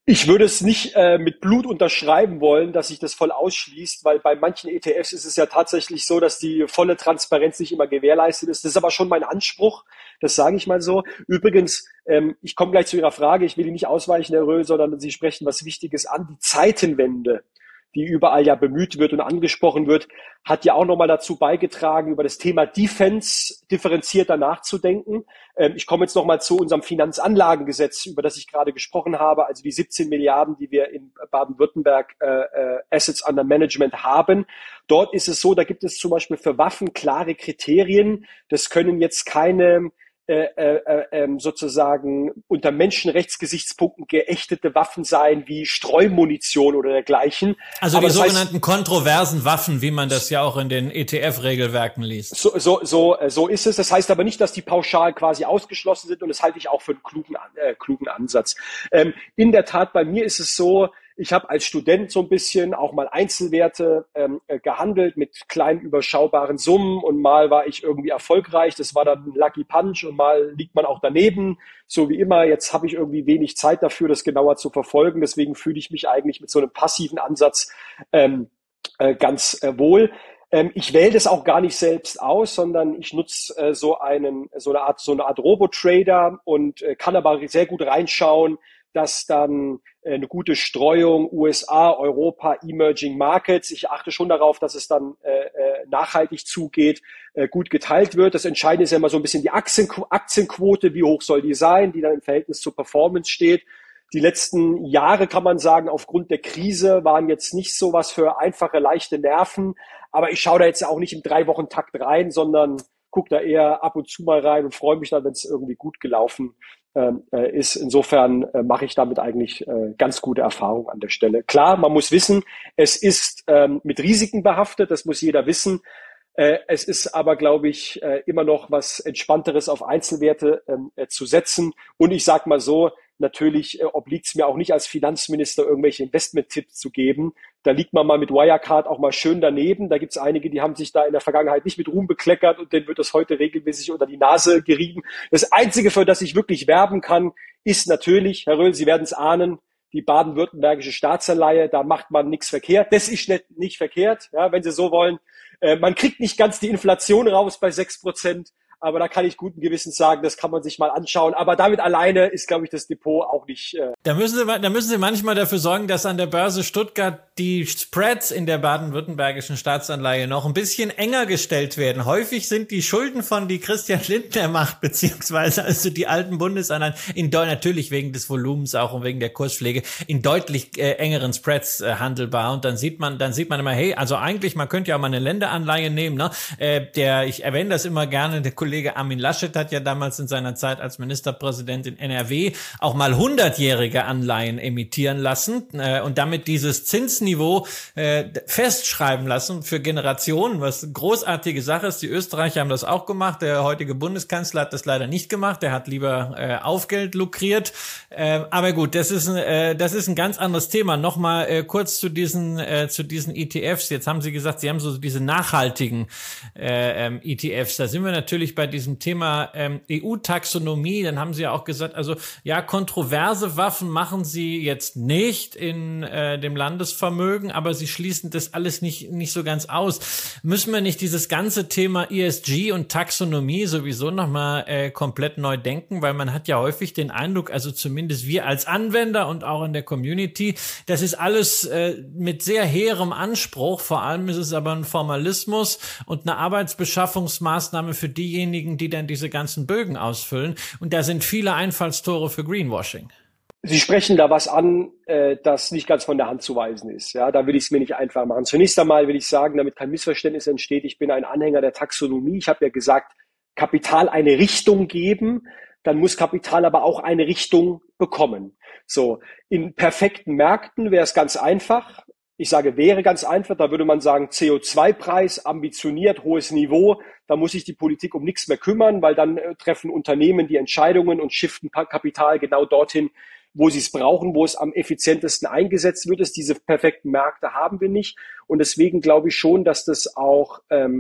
Ich würde es nicht äh, mit Blut unterschreiben wollen, dass sich das voll ausschließt, weil bei manchen E T Fs ist es ja tatsächlich so, dass die volle Transparenz nicht immer gewährleistet ist. Das ist aber schon mein Anspruch, das sage ich mal so. Übrigens, ähm, ich komme gleich zu Ihrer Frage, ich will Ihnen nicht ausweichen, Herr Röhl, sondern Sie sprechen was Wichtiges an. Die Zeitenwende, die überall ja bemüht wird und angesprochen wird, hat ja auch nochmal dazu beigetragen, über das Thema Defense differenzierter nachzudenken. Ähm, ich komme jetzt nochmal zu unserem Finanzanlagengesetz, über das ich gerade gesprochen habe, also die siebzehn Milliarden, die wir in Baden-Württemberg äh, äh, Assets under Management haben. Dort ist es so, da gibt es zum Beispiel für Waffen klare Kriterien. Das können jetzt keine Äh, äh, äh, sozusagen unter Menschenrechtsgesichtspunkten geächtete Waffen sein, wie Streumunition oder dergleichen. Also Aber die das sogenannten heißt, kontroversen Waffen, wie man das ja auch in den E T F-Regelwerken liest. So, so, so, so ist es. Das heißt aber nicht, dass die pauschal quasi ausgeschlossen sind, und das halte ich auch für einen klugen, äh, klugen Ansatz. Ähm, in der Tat, bei mir ist es so, ich habe als Student so ein bisschen auch mal Einzelwerte ähm, gehandelt mit kleinen überschaubaren Summen, und mal war ich irgendwie erfolgreich, das war dann ein Lucky Punch, und mal liegt man auch daneben, so wie immer. Jetzt habe ich irgendwie wenig Zeit dafür, das genauer zu verfolgen, deswegen fühle ich mich eigentlich mit so einem passiven Ansatz ähm, äh, ganz äh, wohl. Ähm, ich wähle das auch gar nicht selbst aus, sondern ich nutze äh, so einen, so eine Art, so eine Art Robotrader, und äh, kann aber sehr gut reinschauen, dass dann äh, eine gute Streuung U S A, Europa, Emerging Markets, ich achte schon darauf, dass es dann äh, äh, nachhaltig zugeht, äh, gut geteilt wird. Das Entscheidende ist ja immer so ein bisschen die Aktien, Aktienquote, wie hoch soll die sein, die dann im Verhältnis zur Performance steht. Die letzten Jahre, kann man sagen, aufgrund der Krise waren jetzt nicht so was für einfache, leichte Nerven. Aber ich schaue da jetzt auch nicht im Drei-Wochen-Takt rein, sondern gucke da eher ab und zu mal rein und freue mich dann, wenn es irgendwie gut gelaufen ähm, äh, ist. Insofern äh, mache ich damit eigentlich äh, ganz gute Erfahrungen an der Stelle. Klar, man muss wissen, es ist ähm, mit Risiken behaftet, das muss jeder wissen. Äh, es ist aber, glaube ich, äh, immer noch was Entspannteres auf Einzelwerte ähm, äh, zu setzen. Und ich sage mal so, natürlich äh, obliegt es mir auch nicht als Finanzminister, irgendwelche Investment-Tipps zu geben. Da liegt man mal mit Wirecard auch mal schön daneben. Da gibt es einige, die haben sich da in der Vergangenheit nicht mit Ruhm bekleckert, und denen wird das heute regelmäßig unter die Nase gerieben. Das Einzige, für das ich wirklich werben kann, ist natürlich, Herr Röhl, Sie werden es ahnen, die baden-württembergische Staatsanleihe. Da macht man nichts verkehrt. Das ist nicht, nicht verkehrt, ja, wenn Sie so wollen. Äh, man kriegt nicht ganz die Inflation raus bei sechs Prozent. Aber da kann ich guten Gewissens sagen, das kann man sich mal anschauen. Aber damit alleine ist, glaube ich, das Depot auch nicht. Äh da müssen Sie, da müssen Sie manchmal dafür sorgen, dass an der Börse Stuttgart die Spreads in der baden-württembergischen Staatsanleihe noch ein bisschen enger gestellt werden. Häufig sind die Schulden von die Christian Lindner macht, beziehungsweise also die alten Bundesanleihen, in natürlich wegen des Volumens auch und wegen der Kurspflege, in deutlich äh, engeren Spreads äh, handelbar. Und dann sieht man, dann sieht man immer, hey, also eigentlich, man könnte ja auch mal eine Länderanleihe nehmen, ne? Äh, der, ich erwähne das immer gerne, der Kollege Armin Laschet hat ja damals in seiner Zeit als Ministerpräsident in N R W auch mal hundertjährige Anleihen emittieren lassen äh, und damit dieses Zinsniveau äh, festschreiben lassen für Generationen, was eine großartige Sache ist. Die Österreicher haben das auch gemacht. Der heutige Bundeskanzler hat das leider nicht gemacht. Der hat lieber äh, Aufgeld lukriert. Äh, aber gut, das ist, äh, das ist ein ganz anderes Thema. Nochmal äh, kurz zu diesen, äh, zu diesen E T Fs. Jetzt haben Sie gesagt, Sie haben so diese nachhaltigen äh, ähm, E T Fs. Da sind wir natürlich bei diesem Thema ähm, E U-Taxonomie. Dann haben Sie ja auch gesagt, also ja, kontroverse Waffen machen Sie jetzt nicht in äh, dem Landesvermögen, aber Sie schließen das alles nicht nicht so ganz aus. Müssen wir nicht dieses ganze Thema E S G und Taxonomie sowieso nochmal äh, komplett neu denken, weil man hat ja häufig den Eindruck, also zumindest wir als Anwender und auch in der Community, das ist alles äh, mit sehr hehrem Anspruch. Vor allem ist es aber ein Formalismus und eine Arbeitsbeschaffungsmaßnahme für diejenigen, die dann diese ganzen Bögen ausfüllen. Und da sind viele Einfallstore für Greenwashing. Sie sprechen da was an, äh, das nicht ganz von der Hand zu weisen ist. Ja, da will ich es mir nicht einfach machen. Zunächst einmal will ich sagen, damit kein Missverständnis entsteht, ich bin ein Anhänger der Taxonomie. Ich habe ja gesagt, Kapital eine Richtung geben, dann muss Kapital aber auch eine Richtung bekommen. So, in perfekten Märkten wäre es ganz einfach. Ich sage, wäre ganz einfach, da würde man sagen, C O zwei Preis, ambitioniert, hohes Niveau, da muss sich die Politik um nichts mehr kümmern, weil dann äh, treffen Unternehmen die Entscheidungen und shiften Kapital genau dorthin, wo sie es brauchen, wo es am effizientesten eingesetzt wird. Ist. Diese perfekten Märkte haben wir nicht. Und deswegen glaube ich schon, dass das auch ähm,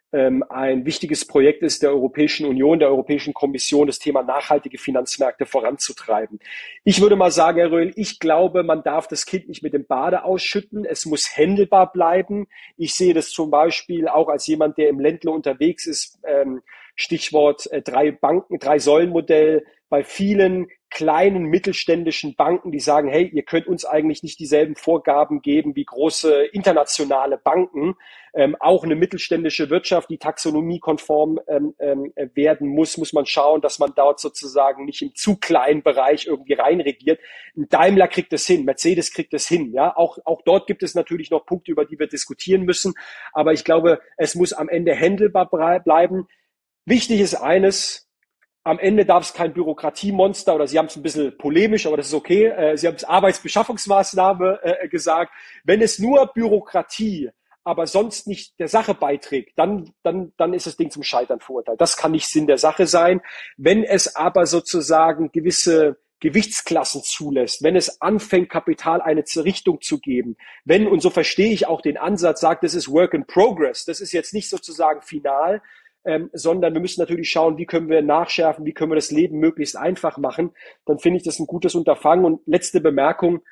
ähm, ein wichtiges Projekt ist der Europäischen Union, der Europäischen Kommission, das Thema nachhaltige Finanzmärkte voranzutreiben. Ich würde mal sagen, Herr Röhl, ich glaube, man darf das Kind nicht mit dem Bade ausschütten. Es muss händelbar bleiben. Ich sehe das zum Beispiel auch als jemand, der im Ländle unterwegs ist, ähm, Stichwort äh, drei Banken, drei Säulenmodell bei vielen kleinen mittelständischen Banken, die sagen, hey, ihr könnt uns eigentlich nicht dieselben Vorgaben geben wie große internationale Banken. Ähm, auch eine mittelständische Wirtschaft, die taxonomiekonform ähm, ähm, werden muss, muss man schauen, dass man dort sozusagen nicht im zu kleinen Bereich irgendwie reinregiert. Ein Daimler kriegt es hin, Mercedes kriegt es hin. Ja, auch, auch dort gibt es natürlich noch Punkte, über die wir diskutieren müssen. Aber ich glaube, es muss am Ende händelbar bleiben. Wichtig ist eines: Am Ende darf es kein Bürokratiemonster, oder Sie haben es ein bisschen polemisch, aber das ist okay, äh, Sie haben es Arbeitsbeschaffungsmaßnahme äh, gesagt. Wenn es nur Bürokratie, aber sonst nicht der Sache beiträgt, dann, dann, dann ist das Ding zum Scheitern verurteilt. Das kann nicht Sinn der Sache sein. Wenn es aber sozusagen gewisse Gewichtsklassen zulässt, wenn es anfängt, Kapital eine Richtung zu geben, wenn, und so verstehe ich auch den Ansatz, sagt, das ist Work in Progress, das ist jetzt nicht sozusagen final, Ähm, sondern wir müssen natürlich schauen, wie können wir nachschärfen, wie können wir das Leben möglichst einfach machen. Dann finde ich das ein gutes Unterfangen. Und letzte Bemerkung,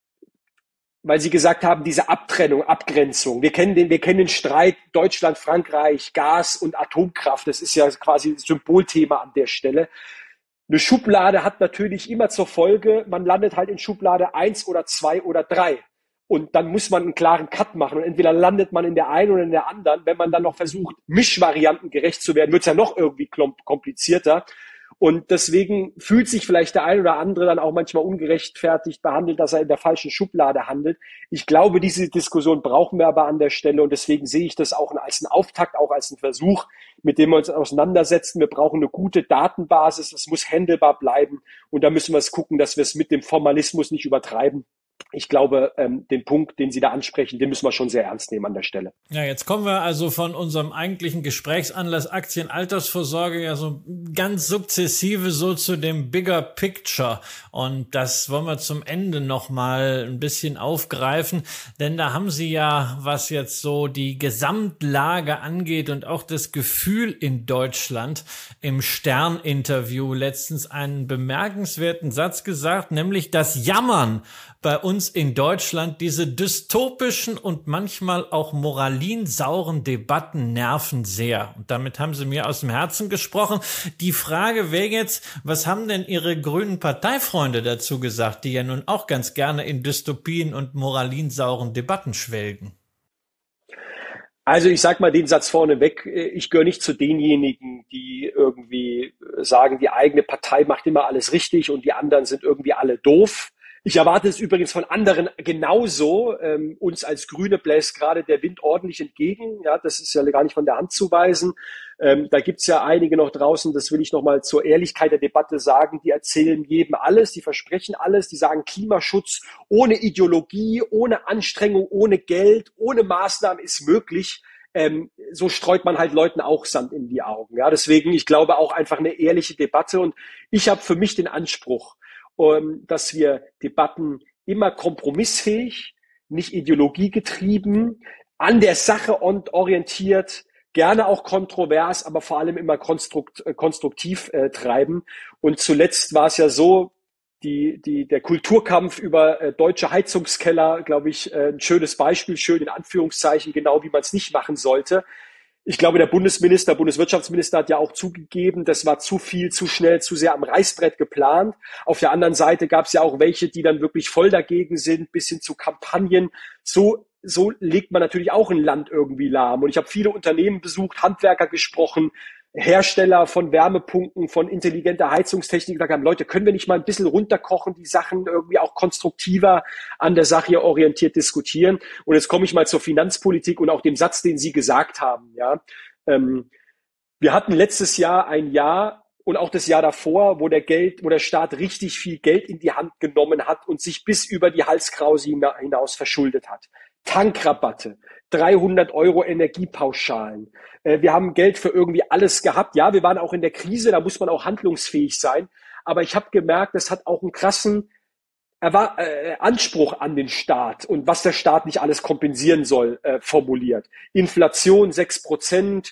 weil Sie gesagt haben, diese Abtrennung, Abgrenzung. Wir kennen den, wir kennen den Streit Deutschland, Frankreich, Gas und Atomkraft. Das ist ja quasi Symbolthema an der Stelle. Eine Schublade hat natürlich immer zur Folge, man landet halt in Schublade eins oder zwei oder drei. Und dann muss man einen klaren Cut machen. Und entweder landet man in der einen oder in der anderen. Wenn man dann noch versucht, Mischvarianten gerecht zu werden, wird es ja noch irgendwie komplizierter. Und deswegen fühlt sich vielleicht der ein oder andere dann auch manchmal ungerechtfertigt behandelt, dass er in der falschen Schublade handelt. Ich glaube, diese Diskussion brauchen wir aber an der Stelle. Und deswegen sehe ich das auch als einen Auftakt, auch als einen Versuch, mit dem wir uns auseinandersetzen. Wir brauchen eine gute Datenbasis. Es muss händelbar bleiben. Und da müssen wir es gucken, dass wir es mit dem Formalismus nicht übertreiben. Ich glaube, ähm, den Punkt, den Sie da ansprechen, den müssen wir schon sehr ernst nehmen an der Stelle. Ja, jetzt kommen wir also von unserem eigentlichen Gesprächsanlass Aktienaltersvorsorge ja so ganz sukzessive so zu dem Bigger Picture. Und das wollen wir zum Ende nochmal ein bisschen aufgreifen, denn da haben Sie ja, was jetzt so die Gesamtlage angeht und auch das Gefühl in Deutschland, im Stern-Interview letztens einen bemerkenswerten Satz gesagt, nämlich das Jammern bei uns in Deutschland, diese dystopischen und manchmal auch moralinsauren Debatten nerven sehr. Und damit haben Sie mir aus dem Herzen gesprochen. Die Frage wäre jetzt, was haben denn Ihre grünen Parteifreunde dazu gesagt, die ja nun auch ganz gerne in Dystopien und moralinsauren Debatten schwelgen? Also ich sag mal den Satz vorneweg, ich gehöre nicht zu denjenigen, die irgendwie sagen, die eigene Partei macht immer alles richtig und die anderen sind irgendwie alle doof. Ich erwarte es übrigens von anderen genauso. Ähm, uns als Grüne bläst gerade der Wind ordentlich entgegen. Ja, das ist ja gar nicht von der Hand zu weisen. Ähm, da gibt's ja einige noch draußen, das will ich nochmal zur Ehrlichkeit der Debatte sagen, die erzählen jedem alles, die versprechen alles, die sagen Klimaschutz ohne Ideologie, ohne Anstrengung, ohne Geld, ohne Maßnahmen ist möglich. Ähm, so streut man halt Leuten auch Sand in die Augen. Ja, deswegen, ich glaube auch einfach eine ehrliche Debatte. Und ich habe für mich den Anspruch, dass wir Debatten immer kompromissfähig, nicht ideologiegetrieben, an der Sache orientiert, gerne auch kontrovers, aber vor allem immer konstrukt, konstruktiv äh, treiben. Und zuletzt war es ja so, die, die, der Kulturkampf über äh, deutsche Heizungskeller, glaube ich, äh, ein schönes Beispiel, schön in Anführungszeichen, genau wie man es nicht machen sollte. Ich glaube, der Bundesminister, Bundeswirtschaftsminister hat ja auch zugegeben, das war zu viel, zu schnell, zu sehr am Reißbrett geplant. Auf der anderen Seite gab es ja auch welche, die dann wirklich voll dagegen sind, bis hin zu Kampagnen. So, so legt man natürlich auch ein Land irgendwie lahm. Und ich habe viele Unternehmen besucht, Handwerker gesprochen, Hersteller von Wärmepumpen, von intelligenter Heizungstechnik, gesagt haben, Leute, können wir nicht mal ein bisschen runterkochen, die Sachen irgendwie auch konstruktiver an der Sache hier orientiert diskutieren? Und jetzt komme ich mal zur Finanzpolitik und auch dem Satz, den Sie gesagt haben. Ja, ähm, wir hatten letztes Jahr ein Jahr und auch das Jahr davor, wo der Geld, wo der Staat richtig viel Geld in die Hand genommen hat und sich bis über die Halskrause hinaus verschuldet hat. Tankrabatte, dreihundert Euro Energiepauschalen. Wir haben Geld für irgendwie alles gehabt. Ja, wir waren auch in der Krise, da muss man auch handlungsfähig sein. Aber ich habe gemerkt, das hat auch einen krassen Erwar- äh, Anspruch an den Staat und was der Staat nicht alles kompensieren soll, äh, formuliert. Inflation sechs Prozent,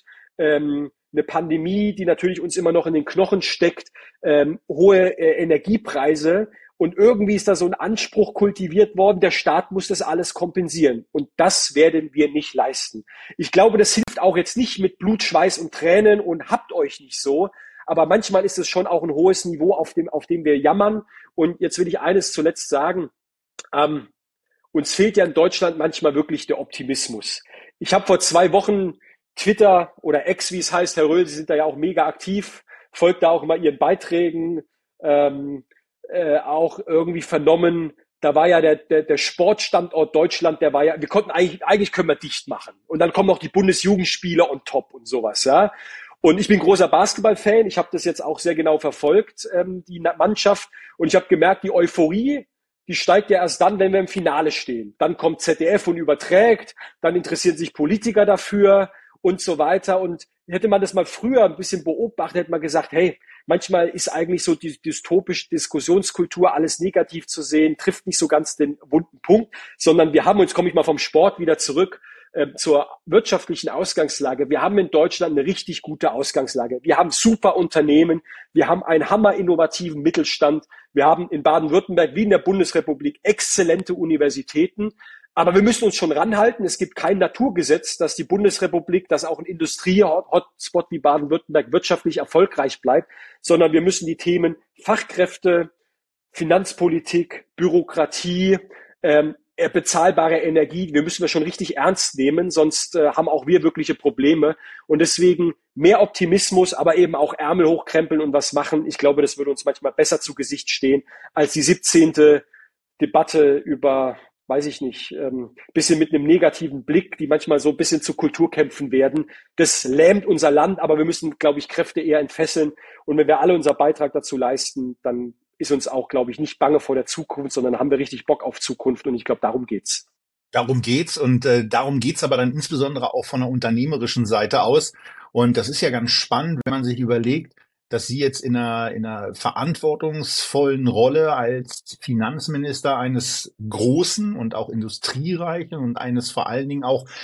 ähm, eine Pandemie, die natürlich uns immer noch in den Knochen steckt, ähm, hohe äh, Energiepreise. Und irgendwie ist da so ein Anspruch kultiviert worden, der Staat muss das alles kompensieren. Und das werden wir nicht leisten. Ich glaube, das hilft auch jetzt nicht mit Blut, Schweiß und Tränen und habt euch nicht so. Aber manchmal ist es schon auch ein hohes Niveau, auf dem, auf dem wir jammern. Und jetzt will ich eines zuletzt sagen. Ähm, uns fehlt ja in Deutschland manchmal wirklich der Optimismus. Ich habe vor zwei Wochen Twitter oder X, wie es heißt, Herr Röhl, Sie sind da ja auch mega aktiv, folgt da auch immer Ihren Beiträgen, ähm, äh, auch irgendwie vernommen, da war ja der, der, der Sportstandort Deutschland, der war ja, wir konnten eigentlich, eigentlich können wir dicht machen. Und dann kommen noch die Bundesjugendspiele on top und sowas, ja. Und ich bin großer Basketball-Fan, ich habe das jetzt auch sehr genau verfolgt, ähm, die Mannschaft. Und ich habe gemerkt, die Euphorie, die steigt ja erst dann, wenn wir im Finale stehen. Dann kommt Z D F und überträgt, dann interessieren sich Politiker dafür und so weiter. Und hätte man das mal früher ein bisschen beobachtet, hätte man gesagt, hey, manchmal ist eigentlich so die dystopische Diskussionskultur, alles negativ zu sehen, trifft nicht so ganz den wunden Punkt, sondern wir haben uns, komme ich mal vom Sport wieder zurück, äh, zur wirtschaftlichen Ausgangslage. Wir haben in Deutschland eine richtig gute Ausgangslage. Wir haben super Unternehmen, wir haben einen hammer-innovativen Mittelstand, wir haben in Baden-Württemberg wie in der Bundesrepublik exzellente Universitäten. Aber wir müssen uns schon ranhalten. Es gibt kein Naturgesetz, dass die Bundesrepublik, dass auch ein Industrie-Hotspot wie Baden-Württemberg wirtschaftlich erfolgreich bleibt, sondern wir müssen die Themen Fachkräfte, Finanzpolitik, Bürokratie, ähm, bezahlbare Energie, wir müssen das schon richtig ernst nehmen, sonst äh, haben auch wir wirkliche Probleme. Und deswegen mehr Optimismus, aber eben auch Ärmel hochkrempeln und was machen. Ich glaube, das würde uns manchmal besser zu Gesicht stehen als die siebzehnte Debatte über, weiß ich nicht, ähm, bisschen mit einem negativen Blick, die manchmal so ein bisschen zu Kulturkämpfen werden. Das lähmt unser Land, aber wir müssen, glaube ich, Kräfte eher entfesseln. Und wenn wir alle unseren Beitrag dazu leisten, dann ist uns auch, glaube ich, nicht bange vor der Zukunft, sondern haben wir richtig Bock auf Zukunft. Und ich glaube, darum geht's. Darum geht's und äh, darum geht's aber dann insbesondere auch von der unternehmerischen Seite aus. Und das ist ja ganz spannend, wenn man sich überlegt, dass Sie jetzt in einer, in einer verantwortungsvollen Rolle als Finanzminister eines großen und auch industriereichen und eines vor allen Dingen auch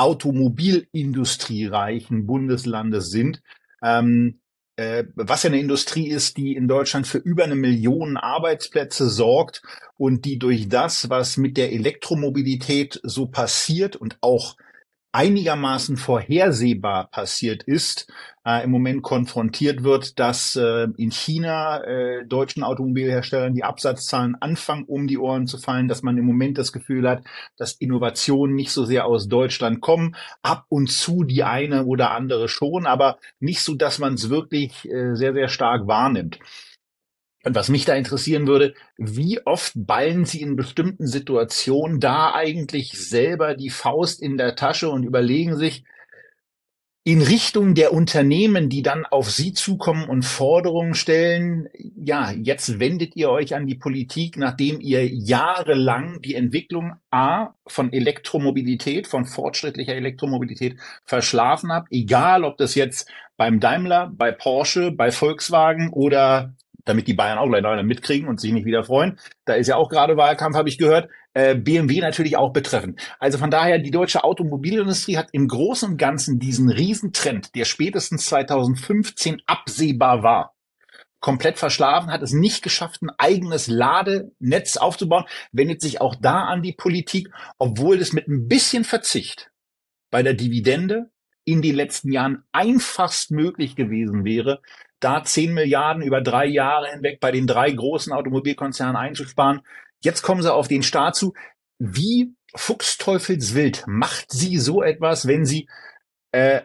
automobilindustriereichen Bundeslandes sind. Ähm, äh, was ja eine Industrie ist, die in Deutschland für über eine Million Arbeitsplätze sorgt und die durch das, was mit der Elektromobilität so passiert und auch einigermaßen vorhersehbar passiert ist, äh, im Moment konfrontiert wird, dass äh, in China äh, deutschen Automobilherstellern die Absatzzahlen anfangen, um die Ohren zu fallen, dass man im Moment das Gefühl hat, dass Innovationen nicht so sehr aus Deutschland kommen, ab und zu die eine oder andere schon, aber nicht so, dass man es wirklich äh, sehr, sehr stark wahrnimmt. Und was mich da interessieren würde, wie oft ballen Sie in bestimmten Situationen da eigentlich selber die Faust in der Tasche und überlegen sich in Richtung der Unternehmen, die dann auf Sie zukommen und Forderungen stellen, ja, jetzt wendet ihr euch an die Politik, nachdem ihr jahrelang die Entwicklung A von Elektromobilität, von fortschrittlicher Elektromobilität verschlafen habt, egal ob das jetzt beim Daimler, bei Porsche, bei Volkswagen oder damit die Bayern auch gleich noch mitkriegen und sich nicht wieder freuen. Da ist ja auch gerade Wahlkampf, habe ich gehört. Äh, B M W natürlich auch betreffen. Also von daher, die deutsche Automobilindustrie hat im Großen und Ganzen diesen Riesentrend, der spätestens zweitausendfünfzehn absehbar war, komplett verschlafen, hat es nicht geschafft, ein eigenes Ladenetz aufzubauen, wendet sich auch da an die Politik, obwohl es mit ein bisschen Verzicht bei der Dividende in den letzten Jahren einfachst möglich gewesen wäre, da zehn Milliarden über drei Jahre hinweg bei den drei großen Automobilkonzernen einzusparen. Jetzt kommen sie auf den Start zu. Wie fuchsteufelswild macht sie so etwas, wenn sie äh,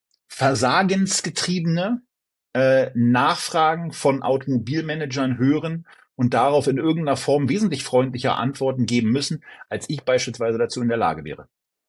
versagensgetriebene äh, Nachfragen von Automobilmanagern hören und darauf in irgendeiner Form wesentlich freundlicher Antworten geben müssen, als ich beispielsweise dazu in der Lage wäre?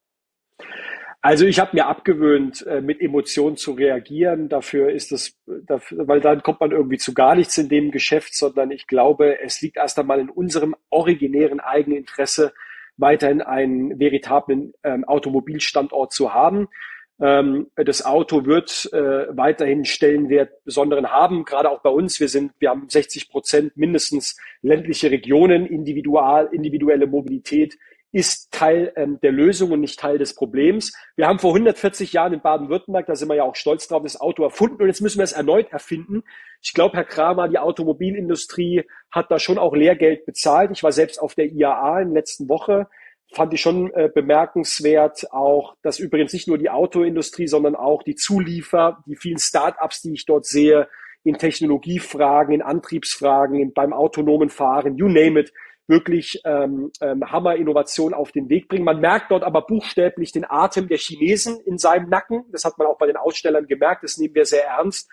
Also ich habe mir abgewöhnt, mit Emotionen zu reagieren. Dafür ist es, dafür, weil dann kommt man irgendwie zu gar nichts in dem Geschäft, sondern ich glaube, es liegt erst einmal in unserem originären eigenen Interesse, weiterhin einen veritablen ähm, Automobilstandort zu haben. Ähm, das Auto wird äh, weiterhin Stellenwert besonderen haben, gerade auch bei uns. Wir sind, wir haben sechzig Prozent mindestens ländliche Regionen, individual, individuelle Mobilität ist Teil ähm, der Lösung und nicht Teil des Problems. Wir haben vor hundertvierzig Jahren in Baden-Württemberg, da sind wir ja auch stolz drauf, das Auto erfunden und jetzt müssen wir es erneut erfinden. Ich glaube, Herr Kramer, die Automobilindustrie hat da schon auch Lehrgeld bezahlt. Ich war selbst auf der I A A in der letzten Woche, fand ich schon äh, bemerkenswert, auch, dass übrigens nicht nur die Autoindustrie, sondern auch die Zuliefer, die vielen Start-ups, die ich dort sehe, in Technologiefragen, in Antriebsfragen, in, beim autonomen Fahren, you name it, wirklich ähm, ähm, Hammer-Innovation auf den Weg bringen. Man merkt dort aber buchstäblich den Atem der Chinesen in seinem Nacken. Das hat man auch bei den Ausstellern gemerkt. Das nehmen wir sehr ernst.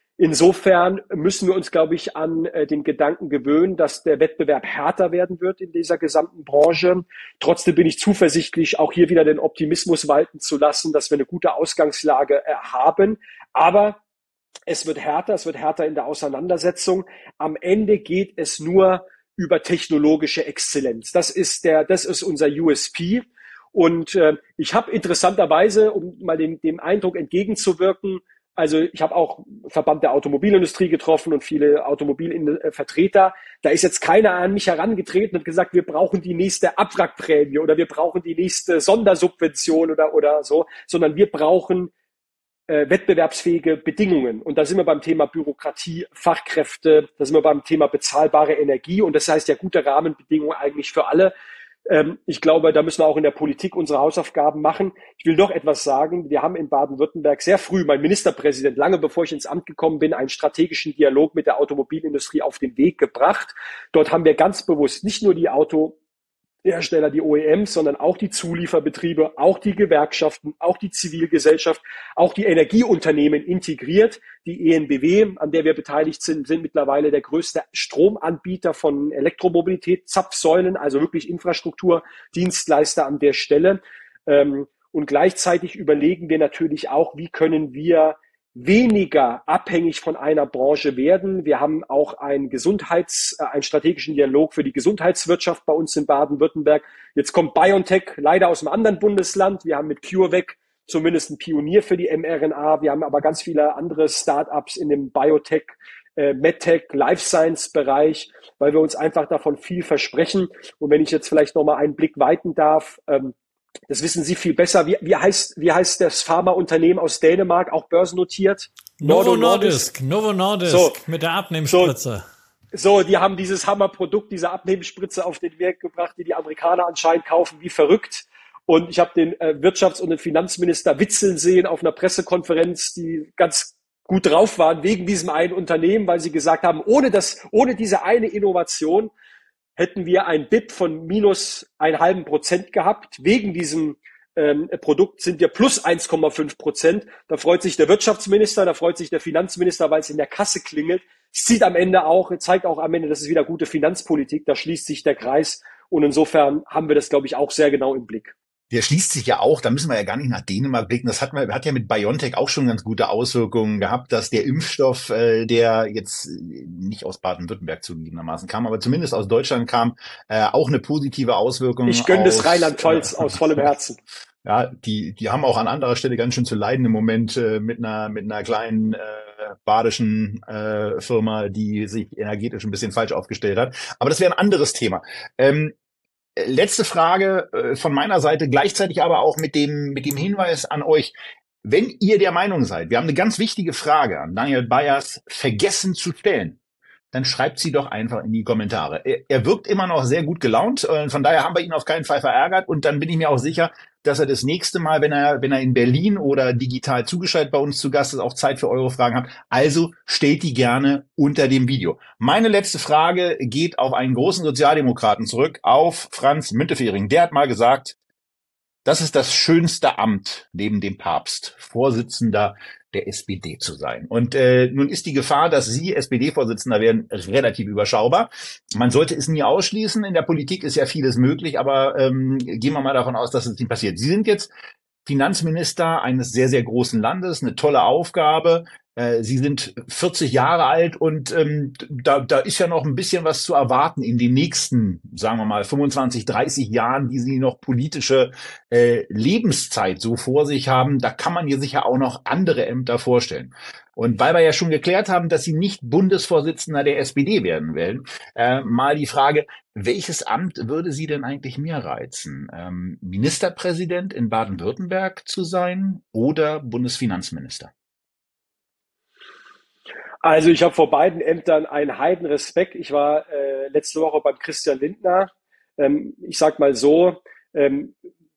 Insofern müssen wir uns, glaube ich, an äh, den Gedanken gewöhnen, dass der Wettbewerb härter werden wird in dieser gesamten Branche. Trotzdem bin ich zuversichtlich, auch hier wieder den Optimismus walten zu lassen, dass wir eine gute Ausgangslage äh, haben. Aber es wird härter, es wird härter in der Auseinandersetzung. Am Ende geht es nur über technologische Exzellenz. Das ist der, das ist unser U S P. Und äh, ich habe interessanterweise, um mal dem, dem Eindruck entgegenzuwirken, also ich habe auch Verband der Automobilindustrie getroffen und viele Automobilvertreter. Da ist jetzt keiner an mich herangetreten und gesagt, wir brauchen die nächste Abwrackprämie oder wir brauchen die nächste Sondersubvention oder oder so, sondern wir brauchen äh, wettbewerbsfähige Bedingungen. Und da sind wir beim Thema Bürokratie, Fachkräfte, da sind wir beim Thema bezahlbare Energie und das heißt ja gute Rahmenbedingungen eigentlich für alle. Ich glaube, da müssen wir auch in der Politik unsere Hausaufgaben machen. Ich will noch etwas sagen. Wir haben in Baden-Württemberg sehr früh, mein Ministerpräsident, lange bevor ich ins Amt gekommen bin, einen strategischen Dialog mit der Automobilindustrie auf den Weg gebracht. Dort haben wir ganz bewusst nicht nur die Autohersteller, die O E Ms, sondern auch die Zulieferbetriebe, auch die Gewerkschaften, auch die Zivilgesellschaft, auch die Energieunternehmen integriert. Die E N B W, an der wir beteiligt sind, sind mittlerweile der größte Stromanbieter von Elektromobilität, Zapfsäulen, also wirklich Infrastrukturdienstleister an der Stelle. Und gleichzeitig überlegen wir natürlich auch, wie können wir weniger abhängig von einer Branche werden. Wir haben auch einen Gesundheits-, einen strategischen Dialog für die Gesundheitswirtschaft bei uns in Baden-Württemberg. Jetzt kommt BioNTech leider aus einem anderen Bundesland. Wir haben mit CureVac zumindest ein Pionier für die mRNA. Wir haben aber ganz viele andere Start-ups in dem Biotech, äh, MedTech, Life Science Bereich, weil wir uns einfach davon viel versprechen. Und wenn ich jetzt vielleicht nochmal einen Blick weiten darf, ähm, das wissen Sie viel besser. Wie, wie heißt, wie heißt das Pharmaunternehmen aus Dänemark, auch börsennotiert? Novo Nordisk. Novo Nordisk so, mit der Abnehmspritze. So, so, die haben dieses Hammerprodukt, diese Abnehmspritze auf den Markt gebracht, die die Amerikaner anscheinend kaufen wie verrückt. Und ich habe den äh, Wirtschafts- und den Finanzminister witzeln sehen auf einer Pressekonferenz, die ganz gut drauf waren wegen diesem einen Unternehmen, weil sie gesagt haben, ohne das, ohne diese eine Innovation hätten wir ein B I P von minus einen halben Prozent gehabt. Wegen diesem ähm, Produkt sind wir plus eins Komma fünf Prozent. Da freut sich der Wirtschaftsminister, da freut sich der Finanzminister, weil es in der Kasse klingelt. Es sieht am Ende auch, zeigt auch am Ende, das ist wieder gute Finanzpolitik. Da schließt sich der Kreis. Und insofern haben wir das, glaube ich, auch sehr genau im Blick. Der schließt sich ja auch, da müssen wir ja gar nicht nach Dänemark blicken. Das hat man, hat ja mit BioNTech auch schon ganz gute Auswirkungen gehabt, dass der Impfstoff, äh, der jetzt nicht aus Baden-Württemberg zugegebenermaßen kam, aber zumindest aus Deutschland kam, äh, auch eine positive Auswirkung. Ich gönne das Rheinland-Pfalz äh, aus vollem Herzen. Ja, die, die haben auch an anderer Stelle ganz schön zu leiden im Moment äh, mit einer, mit einer kleinen äh, badischen äh, Firma, die sich energetisch ein bisschen falsch aufgestellt hat. Aber das wäre ein anderes Thema. Ähm, Letzte Frage äh, von meiner Seite, gleichzeitig aber auch mit dem, mit dem Hinweis an euch. Wenn ihr der Meinung seid, wir haben eine ganz wichtige Frage an Daniel Bayers vergessen zu stellen, dann schreibt sie doch einfach in die Kommentare. Er, er wirkt immer noch sehr gut gelaunt, äh, von daher haben wir ihn auf keinen Fall verärgert und dann bin ich mir auch sicher, dass er das nächste Mal, wenn er, wenn er in Berlin oder digital zugeschaltet bei uns zu Gast ist, auch Zeit für eure Fragen hat. Also stellt die gerne unter dem Video. Meine letzte Frage geht auf einen großen Sozialdemokraten zurück, auf Franz Müntefering. Der hat mal gesagt, das ist das schönste Amt neben dem Papst, Vorsitzender der S P D zu sein. Und äh, nun ist die Gefahr, dass Sie S P D-Vorsitzender werden, relativ überschaubar. Man sollte es nie ausschließen. In der Politik ist ja vieles möglich, aber ähm, gehen wir mal davon aus, dass es nicht passiert. Sie sind jetzt Finanzminister eines sehr, sehr großen Landes, eine tolle Aufgabe. Äh, Sie sind vierzig Jahre alt und ähm, da, da ist ja noch ein bisschen was zu erwarten in den nächsten, sagen wir mal, fünfundzwanzig, dreißig Jahren, die Sie noch politische äh, Lebenszeit so vor sich haben. Da kann man hier sicher auch noch andere Ämter vorstellen. Und weil wir ja schon geklärt haben, dass Sie nicht Bundesvorsitzender der S P D werden werden, äh, mal die Frage, welches Amt würde Sie denn eigentlich mehr reizen? Ähm, Ministerpräsident in Baden-Württemberg zu sein oder Bundesfinanzminister? Also ich habe vor beiden Ämtern einen Heidenrespekt. Ich war äh, letzte Woche beim Christian Lindner. Ähm, ich sag mal so, ähm,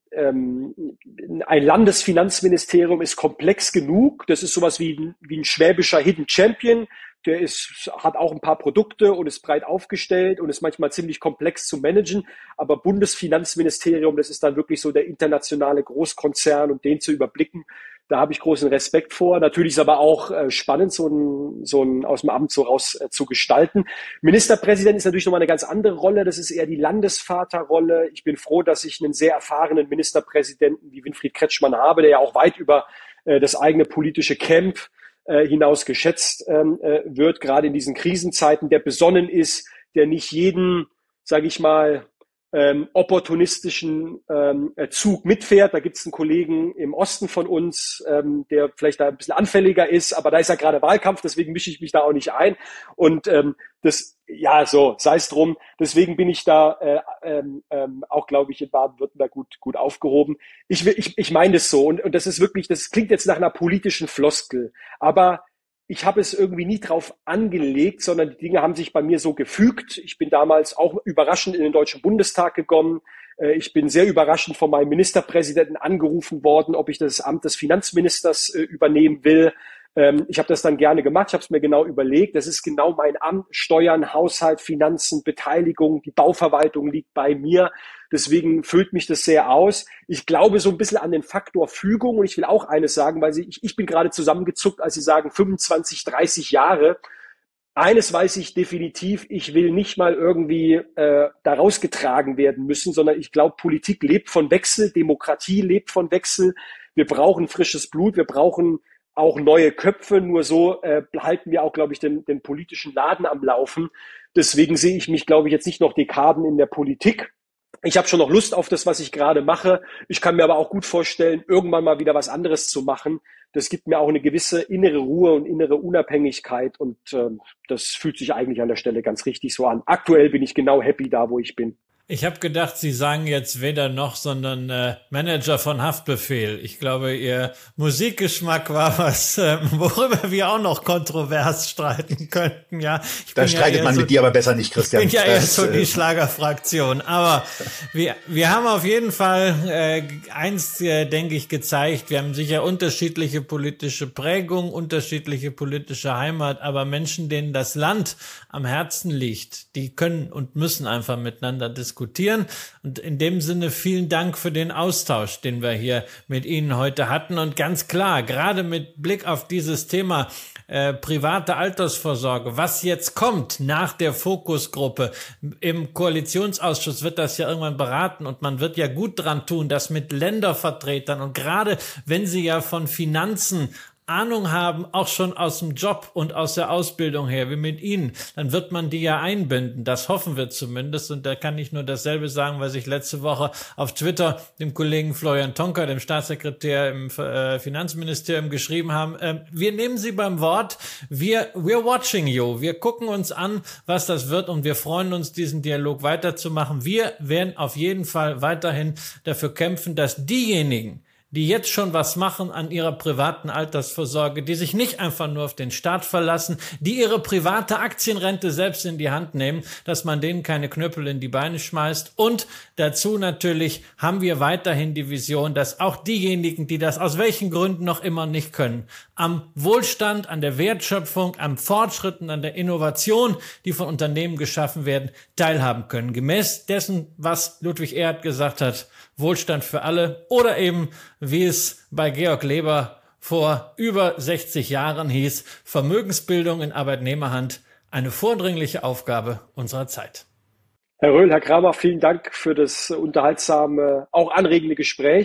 ähm, ein Landesfinanzministerium ist komplex genug. Das ist sowas wie, wie ein schwäbischer Hidden Champion. Der ist, hat auch ein paar Produkte und ist breit aufgestellt und ist manchmal ziemlich komplex zu managen. Aber Bundesfinanzministerium, das ist dann wirklich so der internationale Großkonzern und den zu überblicken, da habe ich großen Respekt vor. Natürlich ist aber auch äh, spannend, so ein, so ein aus dem Amt so raus äh, zu gestalten. Ministerpräsident ist natürlich nochmal eine ganz andere Rolle. Das ist eher die Landesvaterrolle. Ich bin froh, dass ich einen sehr erfahrenen Ministerpräsidenten wie Winfried Kretschmann habe, der ja auch weit über äh, das eigene politische Camp äh, hinaus geschätzt ähm, äh, wird, gerade in diesen Krisenzeiten, der besonnen ist, der nicht jeden, sage ich mal, ähm, opportunistischen ähm, Zug mitfährt. Da gibt es einen Kollegen im Osten von uns, ähm, der vielleicht da ein bisschen anfälliger ist, aber da ist ja gerade Wahlkampf, deswegen mische ich mich da auch nicht ein. Und ähm, das, ja, so, sei es drum. Deswegen bin ich da äh, ähm, ähm, auch, glaube ich, in Baden-Württemberg gut gut aufgehoben. Ich, ich, ich meine das so und, und das ist wirklich, das klingt jetzt nach einer politischen Floskel, aber ich habe es irgendwie nie drauf angelegt, sondern die Dinge haben sich bei mir so gefügt. Ich bin damals auch überraschend in den Deutschen Bundestag gekommen. Ich bin sehr überraschend von meinem Ministerpräsidenten angerufen worden, ob ich das Amt des Finanzministers übernehmen will. Ich habe das dann gerne gemacht, ich habe es mir genau überlegt. Das ist genau mein Amt. Steuern, Haushalt, Finanzen, Beteiligung, die Bauverwaltung liegt bei mir. Deswegen füllt mich das sehr aus. Ich glaube so ein bisschen an den Faktor Fügung und ich will auch eines sagen, weil Sie, ich, ich bin gerade zusammengezuckt, als Sie sagen fünfundzwanzig, dreißig Jahre. Eines weiß ich definitiv, ich will nicht mal irgendwie äh, da rausgetragen werden müssen, sondern ich glaube, Politik lebt von Wechsel, Demokratie lebt von Wechsel. Wir brauchen frisches Blut, wir brauchen auch neue Köpfe, nur so äh, halten wir auch, glaube ich, den, den politischen Laden am Laufen. Deswegen sehe ich mich, glaube ich, jetzt nicht noch Dekaden in der Politik. Ich habe schon noch Lust auf das, was ich gerade mache. Ich kann mir aber auch gut vorstellen, irgendwann mal wieder was anderes zu machen. Das gibt mir auch eine gewisse innere Ruhe und innere Unabhängigkeit und äh, das fühlt sich eigentlich an der Stelle ganz richtig so an. Aktuell bin ich genau happy da, wo ich bin. Ich habe gedacht, Sie sagen jetzt weder noch, sondern äh, Manager von Haftbefehl. Ich glaube, Ihr Musikgeschmack war was, äh, worüber wir auch noch kontrovers streiten könnten. Ja, ich da streitet ja man so, mit dir aber besser nicht, Christian. Ich bin ja eher so die Schlagerfraktion. Aber wir wir haben auf jeden Fall äh, eins, äh, denke ich, gezeigt. Wir haben sicher unterschiedliche politische Prägung, unterschiedliche politische Heimat, aber Menschen, denen das Land am Herzen liegt, die können und müssen einfach miteinander diskutieren. Und in dem Sinne vielen Dank für den Austausch, den wir hier mit Ihnen heute hatten. Und ganz klar, gerade mit Blick auf dieses Thema äh, private Altersvorsorge, was jetzt kommt nach der Fokusgruppe, im Koalitionsausschuss wird das ja irgendwann beraten und man wird ja gut dran tun, das mit Ländervertretern und gerade wenn Sie ja von Finanzen Ahnung haben, auch schon aus dem Job und aus der Ausbildung her, wie mit Ihnen, dann wird man die ja einbinden. Das hoffen wir zumindest. Und da kann ich nur dasselbe sagen, was ich letzte Woche auf Twitter dem Kollegen Florian Tonka, dem Staatssekretär im äh, Finanzministerium, geschrieben haben. Ähm, wir nehmen Sie beim Wort. Wir, we're watching you. Wir gucken uns an, was das wird und wir freuen uns, diesen Dialog weiterzumachen. Wir werden auf jeden Fall weiterhin dafür kämpfen, dass diejenigen, die jetzt schon was machen an ihrer privaten Altersvorsorge, die sich nicht einfach nur auf den Staat verlassen, die ihre private Aktienrente selbst in die Hand nehmen, dass man denen keine Knüppel in die Beine schmeißt. Und dazu natürlich haben wir weiterhin die Vision, dass auch diejenigen, die das aus welchen Gründen noch immer nicht können, am Wohlstand, an der Wertschöpfung, am Fortschritten, an der Innovation, die von Unternehmen geschaffen werden, teilhaben können. Gemäß dessen, was Ludwig Erhard gesagt hat, Wohlstand für alle oder eben, wie es bei Georg Leber vor über sechzig Jahren hieß, Vermögensbildung in Arbeitnehmerhand, eine vordringliche Aufgabe unserer Zeit. Herr Röhl, Herr Kramer, vielen Dank für das unterhaltsame, auch anregende Gespräch.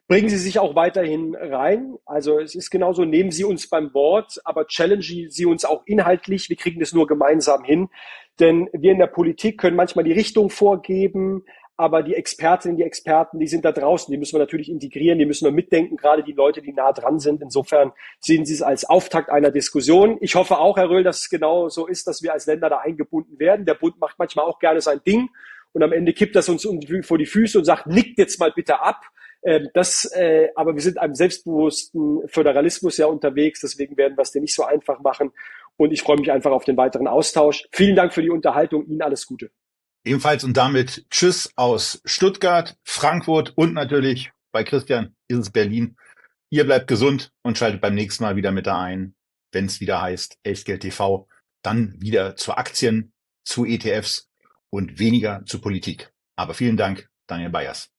bringen Sie sich auch weiterhin rein. Also es ist genauso, nehmen Sie uns beim Wort, aber challengen Sie uns auch inhaltlich. Wir kriegen das nur gemeinsam hin. Denn wir in der Politik können manchmal die Richtung vorgeben, aber die Expertinnen, die Experten, die sind da draußen, die müssen wir natürlich integrieren, die müssen wir mitdenken, gerade die Leute, die nah dran sind. Insofern sehen Sie es als Auftakt einer Diskussion. Ich hoffe auch, Herr Röhl, dass es genau so ist, dass wir als Länder da eingebunden werden. Der Bund macht manchmal auch gerne sein Ding und am Ende kippt das uns vor die Füße und sagt, nickt jetzt mal bitte ab. Das, äh, aber wir sind einem selbstbewussten Föderalismus ja unterwegs, deswegen werden wir es dir nicht so einfach machen. Und ich freue mich einfach auf den weiteren Austausch. Vielen Dank für die Unterhaltung. Ihnen alles Gute. Ebenfalls und damit Tschüss aus Stuttgart, Frankfurt und natürlich bei Christian ist es Berlin. Ihr bleibt gesund und schaltet beim nächsten Mal wieder mit da ein, wenn es wieder heißt Echtgeld T V. Dann wieder zu Aktien, zu E T Fs und weniger zu Politik. Aber vielen Dank, Daniel Bayers.